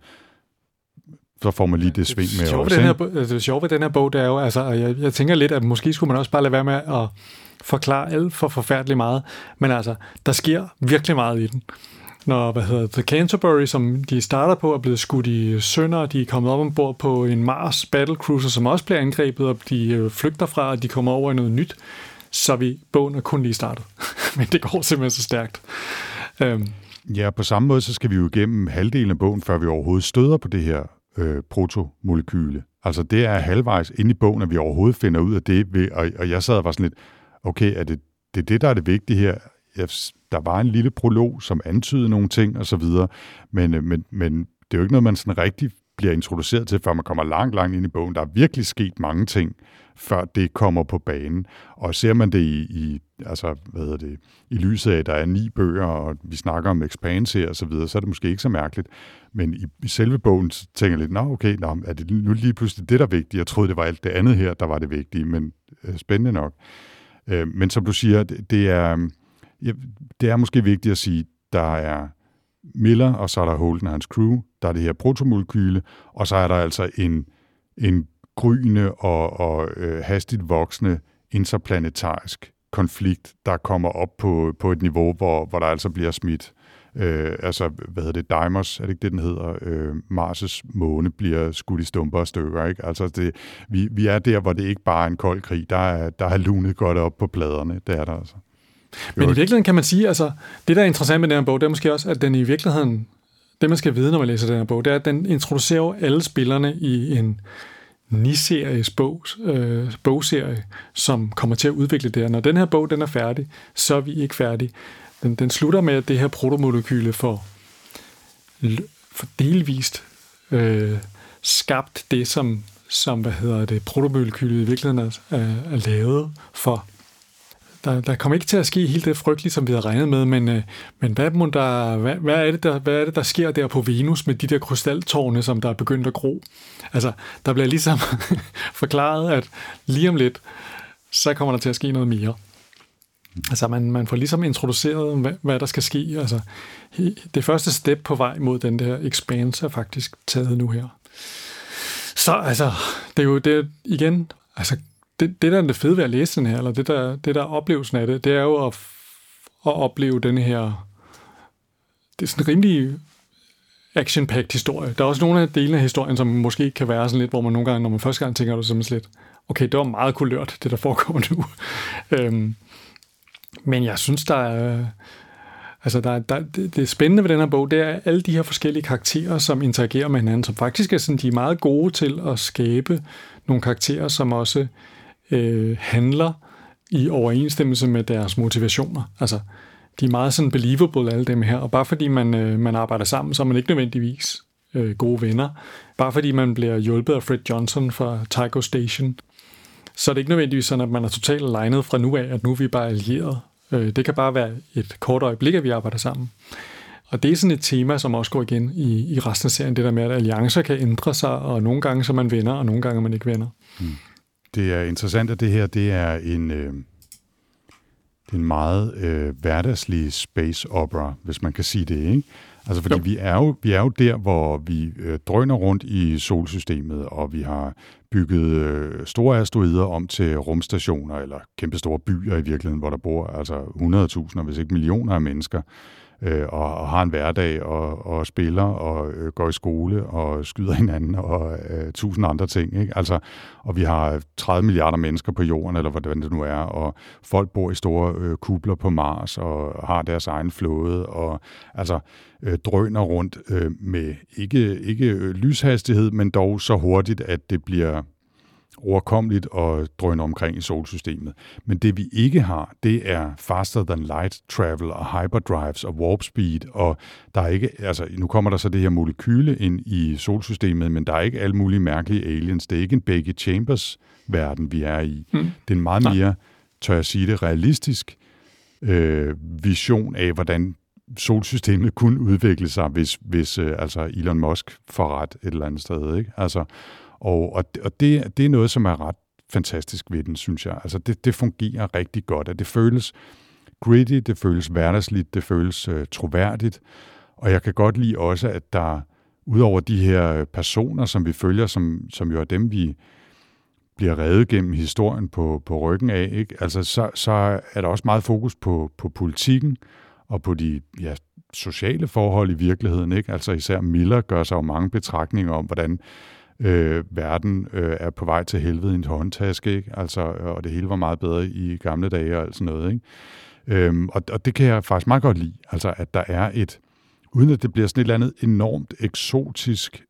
Så får man lige det sving med over. Det sjove ved den her bog, det er jo, altså, jeg tænker lidt, at måske skulle man også bare lade være med at forklare alt for forfærdeligt meget, men altså, der sker virkelig meget i den. Når, The Canterbury, som de starter på, er blevet skudt i sønder, de er kommet op ombord på en Mars battlecruiser, som også bliver angrebet, og de flygter fra, og de kommer over i noget nyt, så bogen er kun lige startet. Men det går simpelthen så stærkt. Ja, på samme måde, så skal vi jo igennem halvdelen af bogen, før vi overhovedet støder på det her protomolekyle. Altså det er halvvejs inde i bogen, at vi overhovedet finder ud af det, og jeg sad og var sådan lidt, okay, er det der er det vigtige her? Der var en lille prolog, som antydede nogle ting og så videre, men det er jo ikke noget, man sådan rigtig bliver introduceret til, før man kommer langt ind i bogen. Der er virkelig sket mange ting, før det kommer på banen. Og ser man det i lyset af, at der er 9 bøger, og vi snakker om Expanse her og så videre, så er det måske ikke så mærkeligt. Men i selve bogen tænker jeg lidt, er det nu lige pludselig det, der er vigtigt? Jeg troede, det var alt det andet her, der var det vigtige, men spændende nok. Men som du siger, det er måske vigtigt at sige, der er Miller, og så er der Holden og hans crew, der er det her protomolekyle, og så er der altså en gryende og hastigt voksende interplanetarisk konflikt, der kommer op på et niveau, hvor der altså bliver smidt Deimos, er det ikke det, den hedder? Mars' måne bliver skudt i stumper og stykker, ikke? Altså, vi er der, hvor det ikke bare er en kold krig. Der er lunet godt op på pladerne. Det er der altså. Men i virkeligheden kan man sige, altså, det der er interessant med den her bog, det er måske også, at den i virkeligheden, det man skal vide, når man læser den her bog, det er, at den introducerer alle spillerne i en ni-series bogserie, som kommer til at udvikle det her. Når den her bog, den er færdig, så er vi ikke færdige. Den slutter med, at det her protomolekyle får delvist skabt det, som protomolekylet i virkeligheden er lavet for. Der kommer ikke til at ske helt det frygteligt, som vi havde regnet med, men hvad er det, der sker der på Venus med de der krystaltårne, som der er begyndt at gro? Altså, der bliver ligesom forklaret, at lige om lidt, så kommer der til at ske noget mere. Altså, man får ligesom introduceret, hvad der skal ske. Altså, det første step på vej mod den der expanse er faktisk taget nu her. Så altså, det er jo det igen, altså, det der er det fede ved at læse den her, eller det der er oplevelsen af det, det er jo at opleve den her, det er sådan en rimelig action-packed historie. Der er også nogle af delene af historien, som måske kan være sådan lidt, hvor man nogle gange, når man første gang tænker, du simpelthen lidt, okay, det var meget kulørt, det der foregår nu. Men jeg synes, det spændende ved den her bog, det er alle de her forskellige karakterer, som interagerer med hinanden, som faktisk er sådan, de er meget gode til at skabe nogle karakterer, som også handler i overensstemmelse med deres motivationer. Altså, de er meget sådan believable, alle dem her, og bare fordi man arbejder sammen, så er man ikke nødvendigvis gode venner. Bare fordi man bliver hjulpet af Fred Johnson fra Tycho Station, så er det ikke nødvendigvis sådan, at man er totalt alignet fra nu af, at nu er vi bare allieret. Det kan bare være et kort øjeblik, at vi arbejder sammen. Og det er sådan et tema, som også går igen i resten af serien, det der med, at alliancer kan ændre sig, og nogle gange så er man venner, og nogle gange er man ikke venner. Det er interessant, at det her, det er en meget hverdagslig space opera, hvis man kan sige det, ikke? Altså, fordi vi er jo der, hvor vi drøner rundt i solsystemet, og vi har bygget store asteroider om til rumstationer, eller kæmpestore byer i virkeligheden, hvor der bor altså 100.000, hvis ikke millioner af mennesker, og har en hverdag, og spiller, og går i skole, og skyder hinanden, og 1000 andre ting, ikke? Altså, og vi har 30 milliarder mennesker på jorden, eller hvordan det nu er, og folk bor i store kubler på Mars, og har deres egen flåde, og altså drøner rundt med ikke lyshastighed, men dog så hurtigt, at det bliver overkommeligt og drøner omkring i solsystemet. Men det vi ikke har, det er faster than light travel og hyperdrives og warp speed, og der er ikke, altså nu kommer der så det her molekyle ind i solsystemet, men der er ikke alle mulige mærkelige aliens. Det er ikke en Becky Chambers verden, vi er i. Det er en meget mere, tør jeg sige det, realistisk vision af, hvordan solsystemet kunne udvikle sig, hvis altså Elon Musk får ret et eller andet sted, ikke? Altså, og det er noget, som er ret fantastisk ved den, synes jeg. Altså, det fungerer rigtig godt, at det føles gritty, det føles hverdagsligt, det føles troværdigt, og jeg kan godt lide også, at der, udover de her personer, som vi følger, som jo er dem, vi bliver revet gennem historien på ryggen af, ikke? Altså, så er der også meget fokus på politikken, og på de sociale forhold i virkeligheden, ikke? Altså især Miller gør sig jo mange betragtninger om, hvordan verden er på vej til helvede i en håndtaske, ikke? Altså, og det hele var meget bedre i gamle dage og alt sådan noget, ikke? Og det kan jeg faktisk meget godt lide, altså at der er et, uden at det bliver sådan et eller andet enormt eksotisk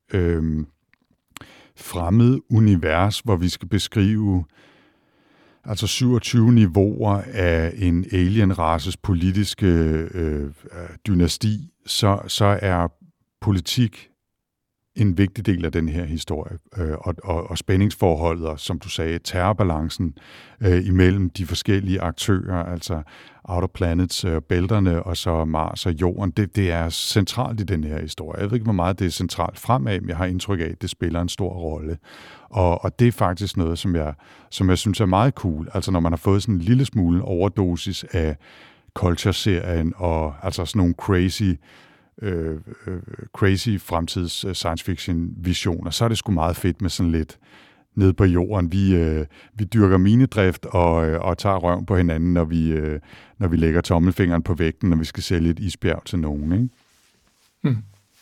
fremmed univers, hvor vi skal beskrive altså 27 niveauer af en alien-races politiske dynasti, så er politik en vigtig del af den her historie, og spændingsforholdet, og som du sagde, terrorbalancen imellem de forskellige aktører, altså Outer Planets, bælterne, og så Mars og Jorden, det er centralt i den her historie. Jeg ved ikke, hvor meget det er centralt fremad, men jeg har indtryk af, at det spiller en stor rolle. Og det er faktisk noget, som jeg synes er meget cool. Altså når man har fået sådan en lille smule overdosis af Culture-serien, og altså sådan nogle crazy fremtids science fiction visioner, så er det sgu meget fedt med sådan lidt nede på jorden. Vi dyrker minedrift og tager røven på hinanden, når vi lægger tommelfingeren på vægten, når vi skal sælge et isbjerg til nogen, ikke? Mm.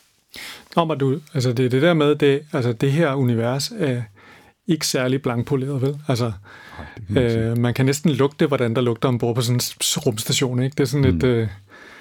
Altså det er det der med, det her univers er ikke særlig blankpoleret, vel? Altså, man kan næsten lugte, hvordan der lugter ombord på sådan en rumstation, ikke? Det er sådan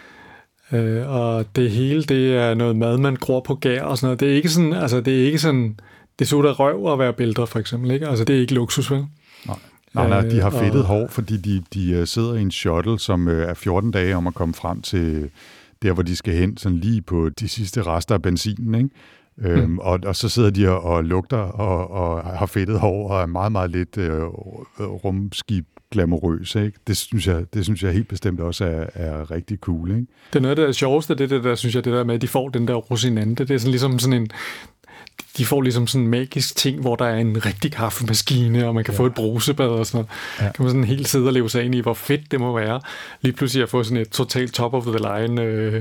og det hele, det er noget mad, man gror på gær og sådan noget. Det er ikke sådan, det sutter røv at være bælter, for eksempel, ikke? Altså, det er ikke luksus, vel? Nej, de har fedtet hår, fordi de sidder i en shuttle, som er 14 dage om at komme frem til der, hvor de skal hen, sådan lige på de sidste rester af benzinen, ikke? Og så sidder de og lugter og har fedtet hår og er meget, meget lidt rumskib glamourøse, ikke? Det synes jeg helt bestemt også er rigtig cool, ikke? Det er noget af det sjoveste, det der, synes jeg, det der med, at de får den der rosinante. Det er sådan ligesom sådan en... De får ligesom sådan en magisk ting, hvor der er en rigtig kaffemaskine, og man kan få et brusebad og sådan noget. Ja. Kan man sådan helt sidde og leve sig ind i, hvor fedt det må være. Lige pludselig at få sådan et totalt top of the line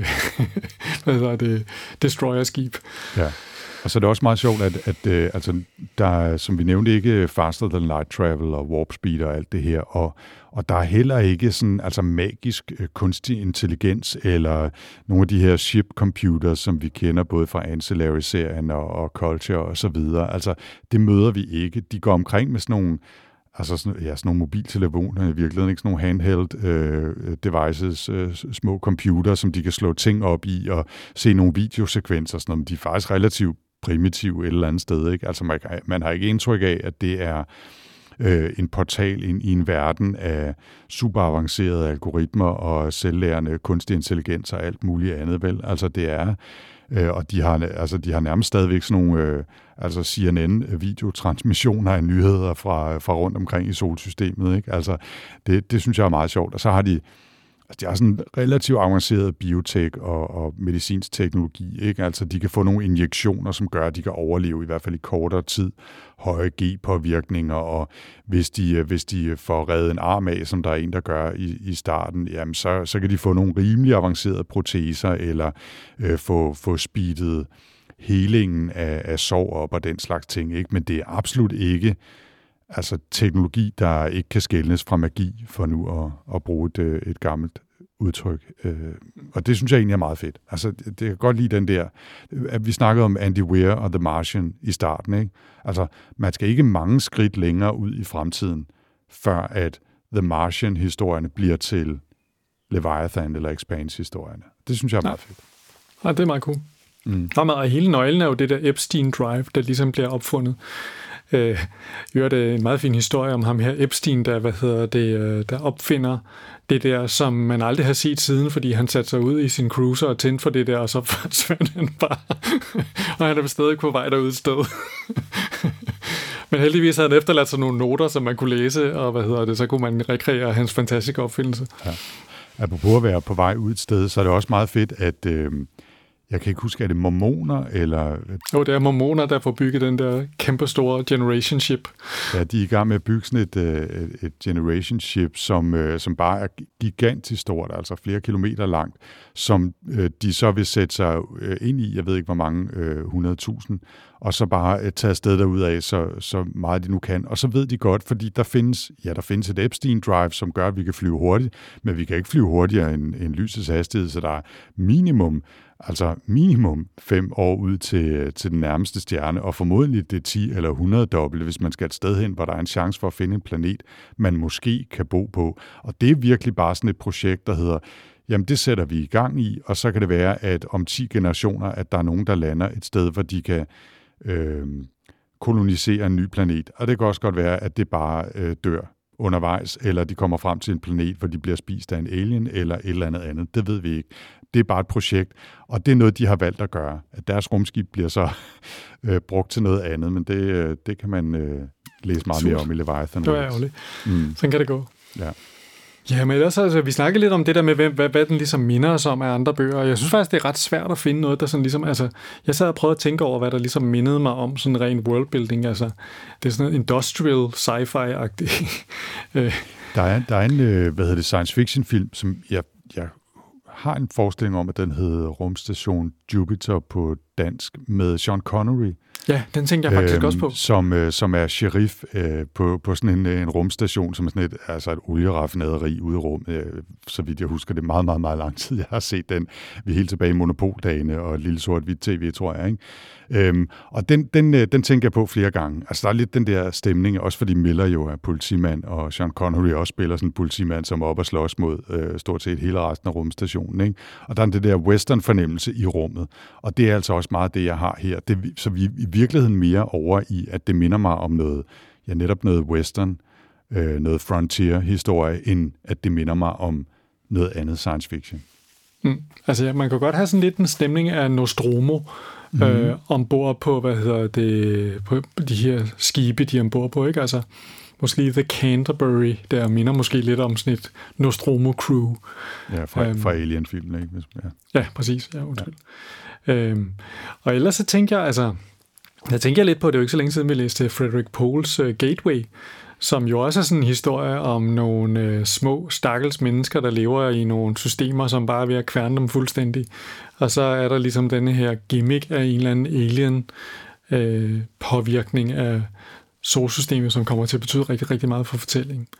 destroyer-skib. Ja. Og så er det også meget sjovt, at altså, der er, som vi nævnte, ikke faster than light travel og warp speed og alt det her, og der er heller ikke sådan altså magisk kunstig intelligens eller nogle af de her ship computers, som vi kender både fra Ancillary-serien og Culture og så videre. Altså, det møder vi ikke. De går omkring med sådan nogle sådan nogle mobiltelefoner i virkeligheden, ikke sådan nogle handheld devices, små computer, som de kan slå ting op i og se nogle videosekvenser, sådan noget, men de er faktisk relativt primitive et eller andet sted, ikke? Altså man har ikke indtryk af, at det er en portal ind i en verden af superavancerede algoritmer og selvlærende kunstig intelligens og alt muligt andet, vel? Altså det er og de har nærmest stadigvæk sådan nogle CNN-videotransmissioner af nyheder fra rundt omkring i solsystemet, ikke? Altså det synes jeg er meget sjovt. Og så har de har sådan en relativt avanceret biotek og medicinsk teknologi, ikke? Altså de kan få nogle injektioner, som gør, at de kan overleve i hvert fald i kortere tid, høje G-påvirkninger, og hvis de får revet en arm af, som der er en, der gør i starten, jamen så kan de få nogle rimelig avancerede proteser, eller få speedet helingen af sår op og den slags ting, ikke? Men det er absolut ikke altså teknologi, der ikke kan skelnes fra magi, for nu at bruge et gammelt udtryk. Og det synes jeg egentlig er meget fedt. Altså, det kan godt lide den der, at vi snakkede om Andy Weir og The Martian i starten, ikke? Altså, man skal ikke mange skridt længere ud i fremtiden, før at The Martian-historierne bliver til Leviathan eller Expanse-historierne. Det synes jeg er meget fedt. Ja, det er meget cool. Og hele nøglen er jo det der Epstein Drive, der ligesom bliver opfundet. En meget fin historie om ham her, Epstein, der opfinder det der, som man aldrig har set siden, fordi han satte sig ud i sin cruiser og tændte for det der, og så forsvandt han bare. Og han er stadig på vej derud et sted. Men heldigvis havde han efterladt sig nogle noter, som man kunne læse, og så kunne man rekreere hans fantastiske opfindelse. Ja. Apropos at være på vej ud et sted, så er det også meget fedt, at jeg kan ikke huske, er det mormoner, eller... Jo, det er mormoner, der får bygget den der kæmpe store generation ship. Ja, de er i gang med at bygge sådan et generation ship, som bare er gigantisk stort, altså flere kilometer langt, som de så vil sætte sig ind i, jeg ved ikke hvor mange, 100.000, og så bare tage afsted derudad, så meget de nu kan. Og så ved de godt, fordi der findes et Epstein Drive, som gør, at vi kan flyve hurtigt, men vi kan ikke flyve hurtigere end lysets hastighed, så der er minimum 5 år ud til den nærmeste stjerne, og formodentlig det 10 eller 100 dobbelt, hvis man skal et sted hen, hvor der er en chance for at finde en planet, man måske kan bo på. Og det er virkelig bare sådan et projekt, der hedder, jamen det sætter vi i gang i, og så kan det være, at om 10 generationer, at der er nogen, der lander et sted, hvor de kan kolonisere en ny planet. Og det kan også godt være, at det bare dør undervejs, eller de kommer frem til en planet, hvor de bliver spist af en alien, eller et eller andet. Det ved vi ikke. Det er bare et projekt, og det er noget, de har valgt at gøre. At deres rumskib bliver så brugt til noget andet, men det kan man læse meget mere om i Leviathan. Det var ærgerligt. Sådan kan det gå. Ja. Ja, men ellers, altså, vi snakkede lidt om det der med, hvad den ligesom minder os om af andre bøger, og jeg synes faktisk, det er ret svært at finde noget, der sådan ligesom, altså, jeg sad og prøvede at tænke over, hvad der ligesom mindede mig om sådan ren worldbuilding, altså, det er sådan noget industrial sci-fi-agtigt. Der er en, science fiction film, som jeg har en forestilling om, at den hedder Rumstation Jupiter på dansk med Sean Connery. Ja, den tænkte jeg faktisk også på. Som er sheriff på sådan en rumstation, som er sådan et olieraffinaderi ude i rummet. Så vidt jeg husker, det er meget, meget, meget lang tid, jeg har set den. Vi er helt tilbage i Monopoldagene og et lille sort-hvidt tv, tror jeg. Ikke? Og den tænker jeg på flere gange. Altså, der er lidt den der stemning, også fordi Miller jo er politimand, og Sean Connery også spiller sådan en politimand, som er op og slås mod stort set hele resten af rumstationen. Ikke? Og der er den der western-fornemmelse i rummet. Og det er altså også meget det, jeg har her. Så vi i virkeligheden mere over i, at det minder mig om noget, netop noget western, noget frontier-historie, end at det minder mig om noget andet science fiction. Altså, man kan godt have sådan lidt en stemning af Nostromo, ombord på, på de her skibe, de er ombord på, ikke? Altså, måske The Canterbury, der minder måske lidt om sådan et Nostromo-crew. Ja, fra Alien-filmen, ikke? Ja, præcis. Ja, og ellers så tænker jeg, lidt på, det er jo ikke så længe siden, vi læste Frederik Poles Gateway, som jo også er sådan en historie om nogle små, stakkels mennesker, der lever i nogle systemer, som bare er ved at kværne dem fuldstændig. Og så er der ligesom denne her gimmick af en eller anden alien påvirkning af solsystemet, som kommer til at betyde rigtig, rigtig meget for fortællingen.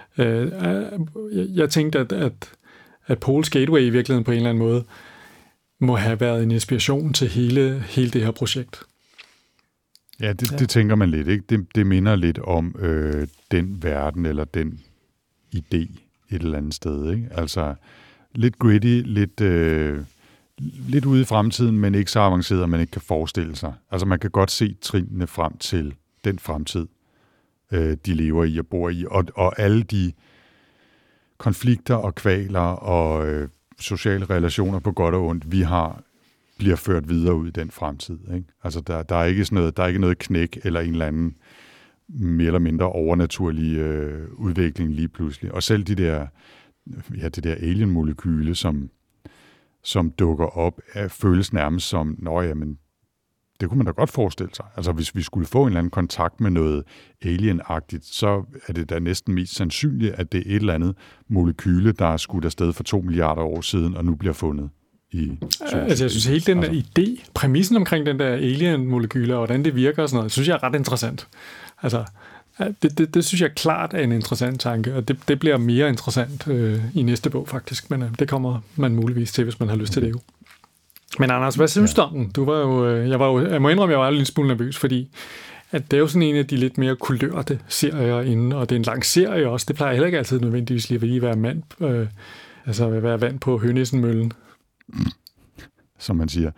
Jeg tænkte, at Poles Gateway i virkeligheden på en eller anden måde må have været en inspiration til hele det her projekt. Ja, det tænker man lidt, ikke? Det minder lidt om den verden, eller den idé et eller andet sted, ikke? Altså, lidt gritty, lidt ude i fremtiden, men ikke så avanceret, at man ikke kan forestille sig. Altså, man kan godt se trinene frem til den fremtid, de lever i og bor i, og alle de konflikter og kvaler og sociale relationer på godt og ondt, vi har, bliver ført videre ud i den fremtid. Ikke? Altså, der er ikke sådan noget, der er ikke noget knæk eller en eller anden mere eller mindre overnaturlig udvikling lige pludselig. Og selv det der alien-molekyle, som dukker op, føles nærmest som, men det kunne man da godt forestille sig. Altså, hvis vi skulle få en eller anden kontakt med noget alien-agtigt, så er det da næsten mest sandsynligt, at det er et eller andet molekyle, der er skudt afsted for 2 milliarder år siden, og nu bliver fundet i altså, jeg synes helt den der idé, præmissen omkring den der alien-molekyler, og hvordan det virker og sådan noget, synes jeg er ret interessant. Altså, det synes jeg klart er en interessant tanke, og det bliver mere interessant i næste bog faktisk, men det kommer man muligvis til, hvis man har lyst til det jo. Men Anders, hvad synes du om den? Jeg må indrømme, jeg var lidt smule nervøs, fordi at det er jo sådan en af de lidt mere kulørte serier inde, og det er en lang serie også. Det plejer heller ikke altid nødvendigvis lige at være vand på Hønissenmøllen. Som man siger.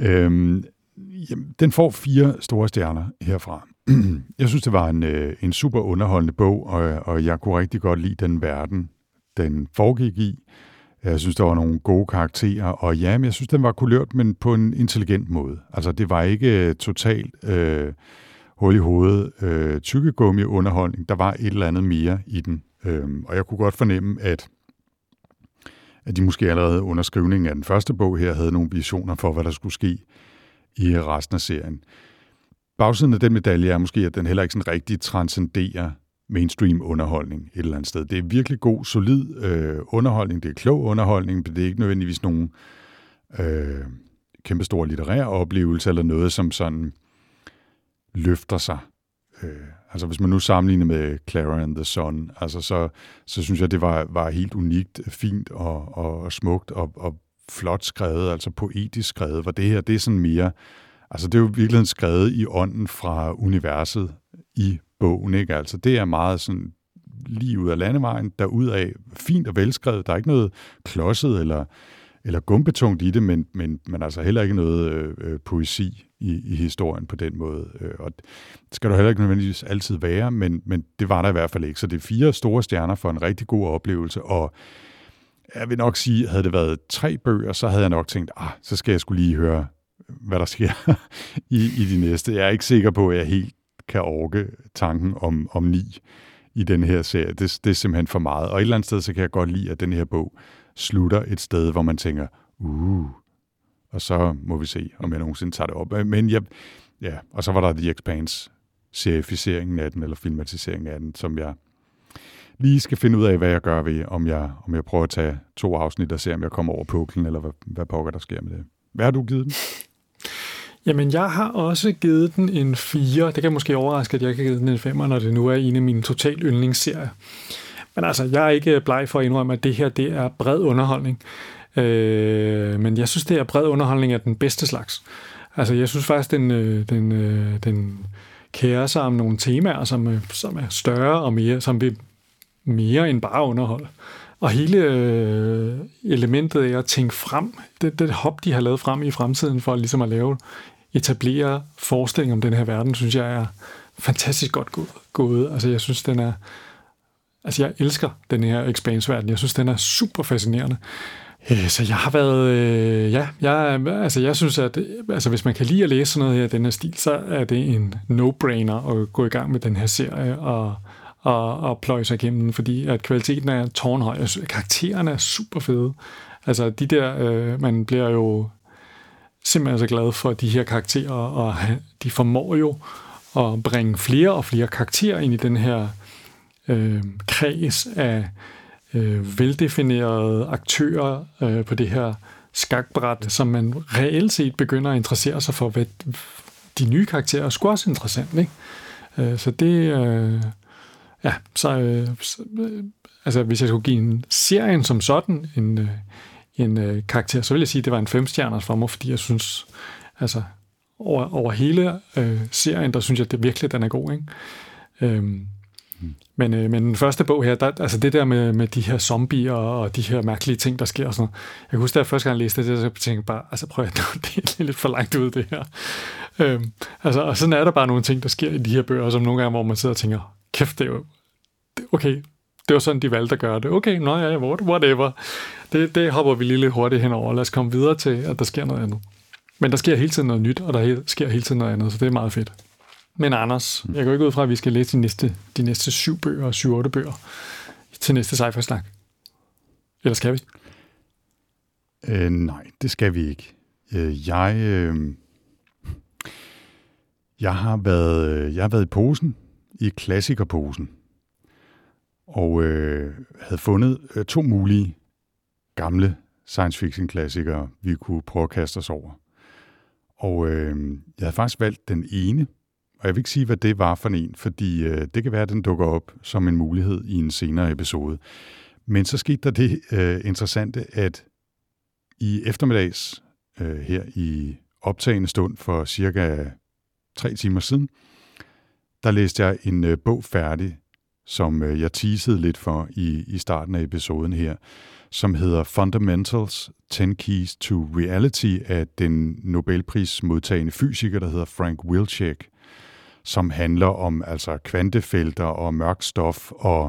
Den får 4 store stjerner herfra. Jeg synes, det var en super underholdende bog, og jeg kunne rigtig godt lide den verden, den foregik i. Jeg synes, der var nogle gode karakterer, og ja, men jeg synes, den var kulørt, men på en intelligent måde. Altså, det var ikke totalt hul i hovedet, tykkegummi-underholdning. Der var et eller andet mere i den. Og jeg kunne godt fornemme, at de måske allerede under skrivningen af den første bog her havde nogle visioner for, hvad der skulle ske i resten af serien. Bagsiden af den medalje er måske, at den heller ikke sådan rigtig transcenderer mainstream underholdning et eller andet sted. Det er virkelig god, solid underholdning, det er klog underholdning, men det er ikke nødvendigvis nogen kæmpestor litterær oplevelse eller noget, som sådan løfter sig. Altså hvis man nu sammenligner med Clara and the Sun, altså så synes jeg, det var helt unikt, fint og smukt og flot skrevet, altså poetisk skrevet, hvor det her, det er sådan mere, altså det er jo virkelig skrevet i ånden fra universet i bogen, ikke? Altså det er meget sådan lige ud af landevejen, derudaf fint og velskrevet, der er ikke noget klodset eller gumbetungt i det, men altså heller ikke noget poesi i historien på den måde. Og det skal der heller ikke nødvendigvis altid være, men det var der i hvert fald ikke. Så det er 4 store stjerner for en rigtig god oplevelse, og jeg vil nok sige, havde det været 3 bøger, så havde jeg nok tænkt, så skal jeg skulle lige høre, hvad der sker i de næste. Jeg er ikke sikker på, at jeg helt kan orke tanken om 9 i den her serie. Det er simpelthen for meget. Og et eller andet sted, så kan jeg godt lide, at den her bog slutter et sted, hvor man tænker, og så må vi se, om jeg nogensinde tager det op. Men og så var der The Expanse serificeringen af den, eller filmatiseringen af den, som jeg lige skal finde ud af, hvad jeg gør ved, om jeg prøver at tage 2 afsnit og se, om jeg kommer over puklen, eller hvad pokker der sker med det. Hvad har du givet den? Jamen, jeg har også givet den en 4. Det kan måske overraske, at jeg ikke har givet den en 5, når det nu er en af mine total yndlingsserier. Men altså, jeg er ikke bleg for at indrømme, at det her, det er bred underholdning. Men jeg synes, det er bred underholdning af den bedste slags. Altså, jeg synes faktisk, den kærer sig om nogle temaer, som er større og mere, som vil mere end bare underhold. Og hele elementet af at tænke frem, det hop, de har lavet frem i fremtiden for ligesom at etablere forestilling om den her verden, synes jeg er fantastisk godt gået. Altså, jeg synes, jeg elsker den her Expanse-verden. Jeg synes, den er super fascinerende. Så jeg har været, jeg synes, at hvis man kan lide at læse sådan noget her, den her stil, så er det en no-brainer at gå i gang med den her serie og pløje sig igennem den, fordi at kvaliteten er tårnhøj. Karaktererne er super fede. Altså de der, man bliver jo simpelthen så glad for de her karakterer, og de formår jo at bringe flere og flere karakterer ind i den her kreds af veldefinerede aktører på det her skakbræt, som man reelt set begynder at interessere sig for, hvad de nye karakterer er sgu også interessant, ikke? Så det... altså hvis jeg skulle give en serien som sådan en karakter, så vil jeg sige, at det var en 5-stjerners for mig, fordi jeg synes, altså over hele serien, der synes jeg, det virkelig, den er god, ikke? Men den første bog her, altså det der med de her zombier og de her mærkelige ting, der sker og sådan noget. Jeg kan huske, da jeg første gang læste det, så tænkte jeg bare, altså prøv at det er lidt for langt ud, det her. Og sådan er der bare nogle ting, der sker i de her bøger, som nogle gange, hvor man sidder og tænker, kæft, det er jo, okay, det var sådan, de valgte at gøre det. Okay, whatever. Det hopper vi lige lidt hurtigt henover. Lad os komme videre til, at der sker noget andet. Men der sker hele tiden noget nyt, og der sker hele tiden noget andet, så det er meget fedt. Men Anders, jeg går ikke ud fra, at vi skal læse de næste 7 bøger og 7-8 bøger til næste sci-fi-snak. Eller skal vi? Nej, det skal vi ikke. Jeg har været i posen, i klassikerposen, og havde fundet 2 mulige gamle science fiction klassikere, vi kunne prøve at kaste os over. Og jeg havde faktisk valgt den ene, og jeg vil ikke sige, hvad det var for en, fordi det kan være, at den dukker op som en mulighed i en senere episode. Men så skete der det interessante, at i eftermiddags, her i optagende stund for cirka 3 timer siden, der læste jeg en bog færdig, som jeg teasede lidt for i starten af episoden her, som hedder Fundamentals, 10 Keys to Reality af den Nobelprismodtagende fysiker, der hedder Frank Wilczek, som handler om altså kvantefelter og mørk stof og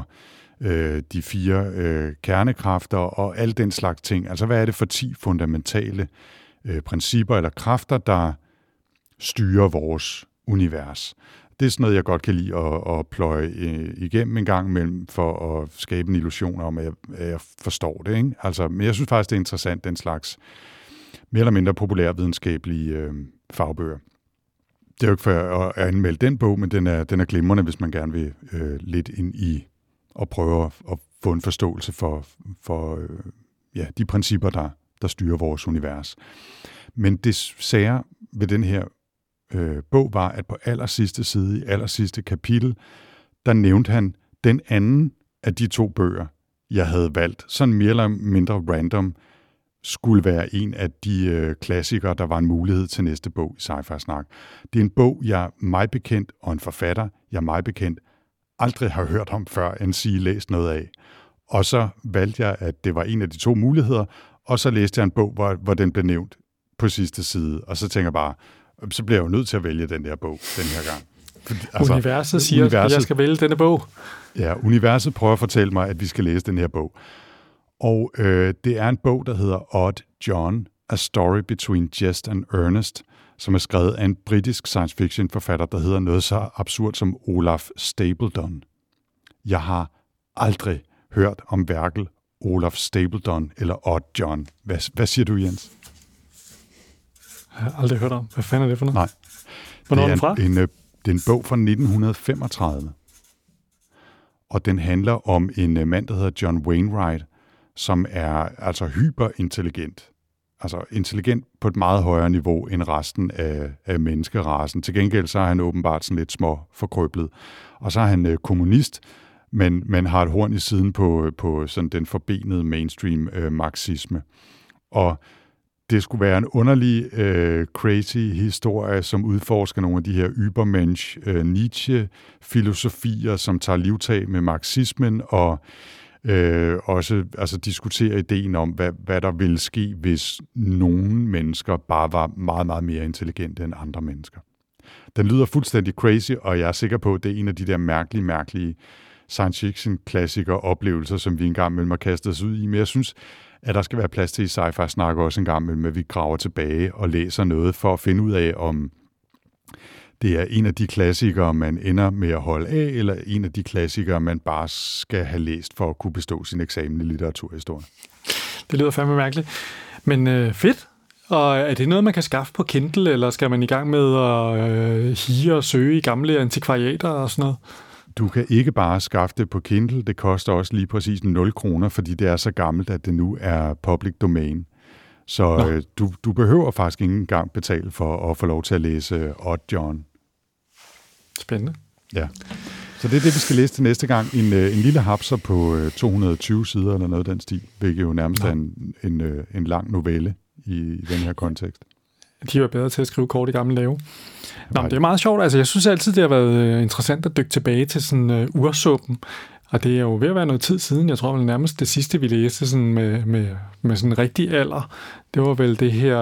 de 4 kernekræfter og al den slags ting. Altså hvad er det for 10 fundamentale principper eller kræfter, der styrer vores univers? Det er sådan noget, jeg godt kan lide at pløje igennem en gang imellem, for at skabe en illusion om, at jeg forstår det, ikke? Altså, men jeg synes faktisk, det er interessant, den slags mere eller mindre populærvidenskabelige fagbøger. Det er jo ikke for at anmelde den bog, men den er glimrende, hvis man gerne vil lidt ind i og prøve at få en forståelse for de principper, der styrer vores univers. Men det sære ved den her bog var, at på allersidste side, i allersidste kapitel, der nævnte han den anden af de 2 bøger, jeg havde valgt, sådan mere eller mindre random, skulle være en af de klassikere, der var en mulighed til næste bog i Sci-Fi Snak. Det er en bog, jeg mig bekendt, og en forfatter, jeg mig bekendt, aldrig har hørt om før, end sige læst noget af. Og så valgte jeg, at det var en af de 2 muligheder, og så læste jeg en bog, hvor den blev nævnt på sidste side, og så tænker jeg bare, så bliver jeg jo nødt til at vælge den der bog den her gang. Altså, universet siger, at jeg skal vælge denne bog. Ja, universet prøver at fortælle mig, at vi skal læse den her bog. Og det er en bog, der hedder Odd John, A Story Between Jest and Earnest, som er skrevet af en britisk science fiction forfatter, der hedder noget så absurd som Olaf Stapledon. Jeg har aldrig hørt om hverken Olaf Stapledon eller Odd John. Hvad siger du, Jens? Jeg har aldrig hørt om. Hvad fanden er det for noget? Nej. Hvornår er den fra? Det er en bog fra 1935. Og den handler om en mand, der hedder John Wainwright, som er altså hyperintelligent. altså intelligent på et meget højere niveau end resten af menneskerasen. Til gengæld så er han åbenbart sådan lidt små forkrøblet. Og så er han kommunist, men har et horn i siden på sådan den forbenede mainstream marxisme. Og det skulle være en underlig, crazy historie, som udforsker nogle af de her Übermensch, Nietzsche-filosofier, som tager livtag med marxismen, og også altså, diskuterer ideen om, hvad der ville ske, hvis nogle mennesker bare var meget, meget mere intelligente end andre mennesker. Den lyder fuldstændig crazy, og jeg er sikker på, at det er en af de der mærkelige science fiction-klassikere oplevelser, som vi engang mellem har kastet os ud i. Men jeg synes, at der skal være plads til i sci-fi snakker også en gang mellem, at vi graver tilbage og læser noget for at finde ud af, om det er en af de klassikere, man ender med at holde af, eller en af de klassikere, man bare skal have læst for at kunne bestå sin eksamen i litteraturhistorie. Det lyder fandme mærkeligt. Men fedt. Og er det noget, man kan skaffe på Kindle, eller skal man i gang med at hige og søge i gamle antikvariater og sådan noget? Du kan ikke bare skaffe det på Kindle. Det koster også lige præcis 0 kroner, fordi det er så gammelt, at det nu er public domain. Så du behøver faktisk ikke engang betale for at få lov til at læse Odd John. Spændende. Ja. Så det er det, vi skal læse til næste gang. En lille hapser på 220 sider eller noget af den stil, hvilket jo nærmest er en lang novelle i den her kontekst. De var bedre til at skrive kort i gamle lave. Nå, men det er meget sjovt. Altså, jeg synes altid, det har været interessant at dykke tilbage til sådan ursuppen. Og det er jo ved at være noget tid siden. Jeg tror vel nærmest det sidste, vi læste sådan med sådan en rigtig alder. Det var vel det her,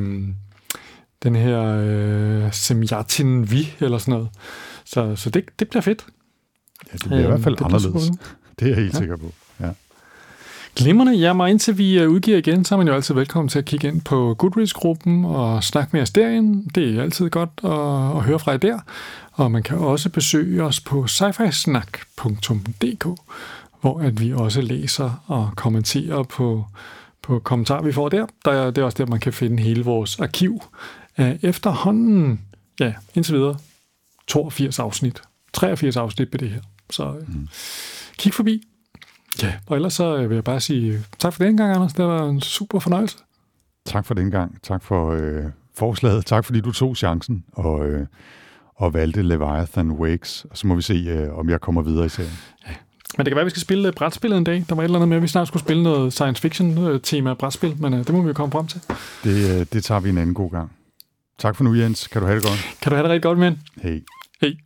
den her Semjatin Vi, eller sådan noget. Så det bliver fedt. Ja, det bliver i hvert fald anderledes. Det er jeg helt sikker på. Ja. Glimrende. Ja, og indtil vi udgiver igen, så er man jo altid velkommen til at kigge ind på Goodreads-gruppen og snakke med os derinde. Det er altid godt at høre fra jer der. Og man kan også besøge os på sci-fi-snak.dk, hvor at vi også læser og kommenterer på kommentarer, vi får der. Det er også der, man kan finde hele vores arkiv af efterhånden, ja, indtil videre, 82 afsnit. 83 afsnit på det her. Så kig forbi. Ja, og ellers så vil jeg bare sige tak for den gang, Anders. Det var en super fornøjelse. Tak for den gang. Tak for forslaget. Tak fordi du tog chancen og valgte Leviathan Wakes. Og så må vi se, om jeg kommer videre i serien. Ja. Men det kan være, at vi skal spille brætspillet en dag. Der var et eller andet med, at vi snart skulle spille noget science fiction-tema brætspil, men det må vi jo komme frem til. Det tager vi en anden god gang. Tak for nu, Jens. Kan du have det godt? Kan du have det rigtig godt, men? Hej. Hej.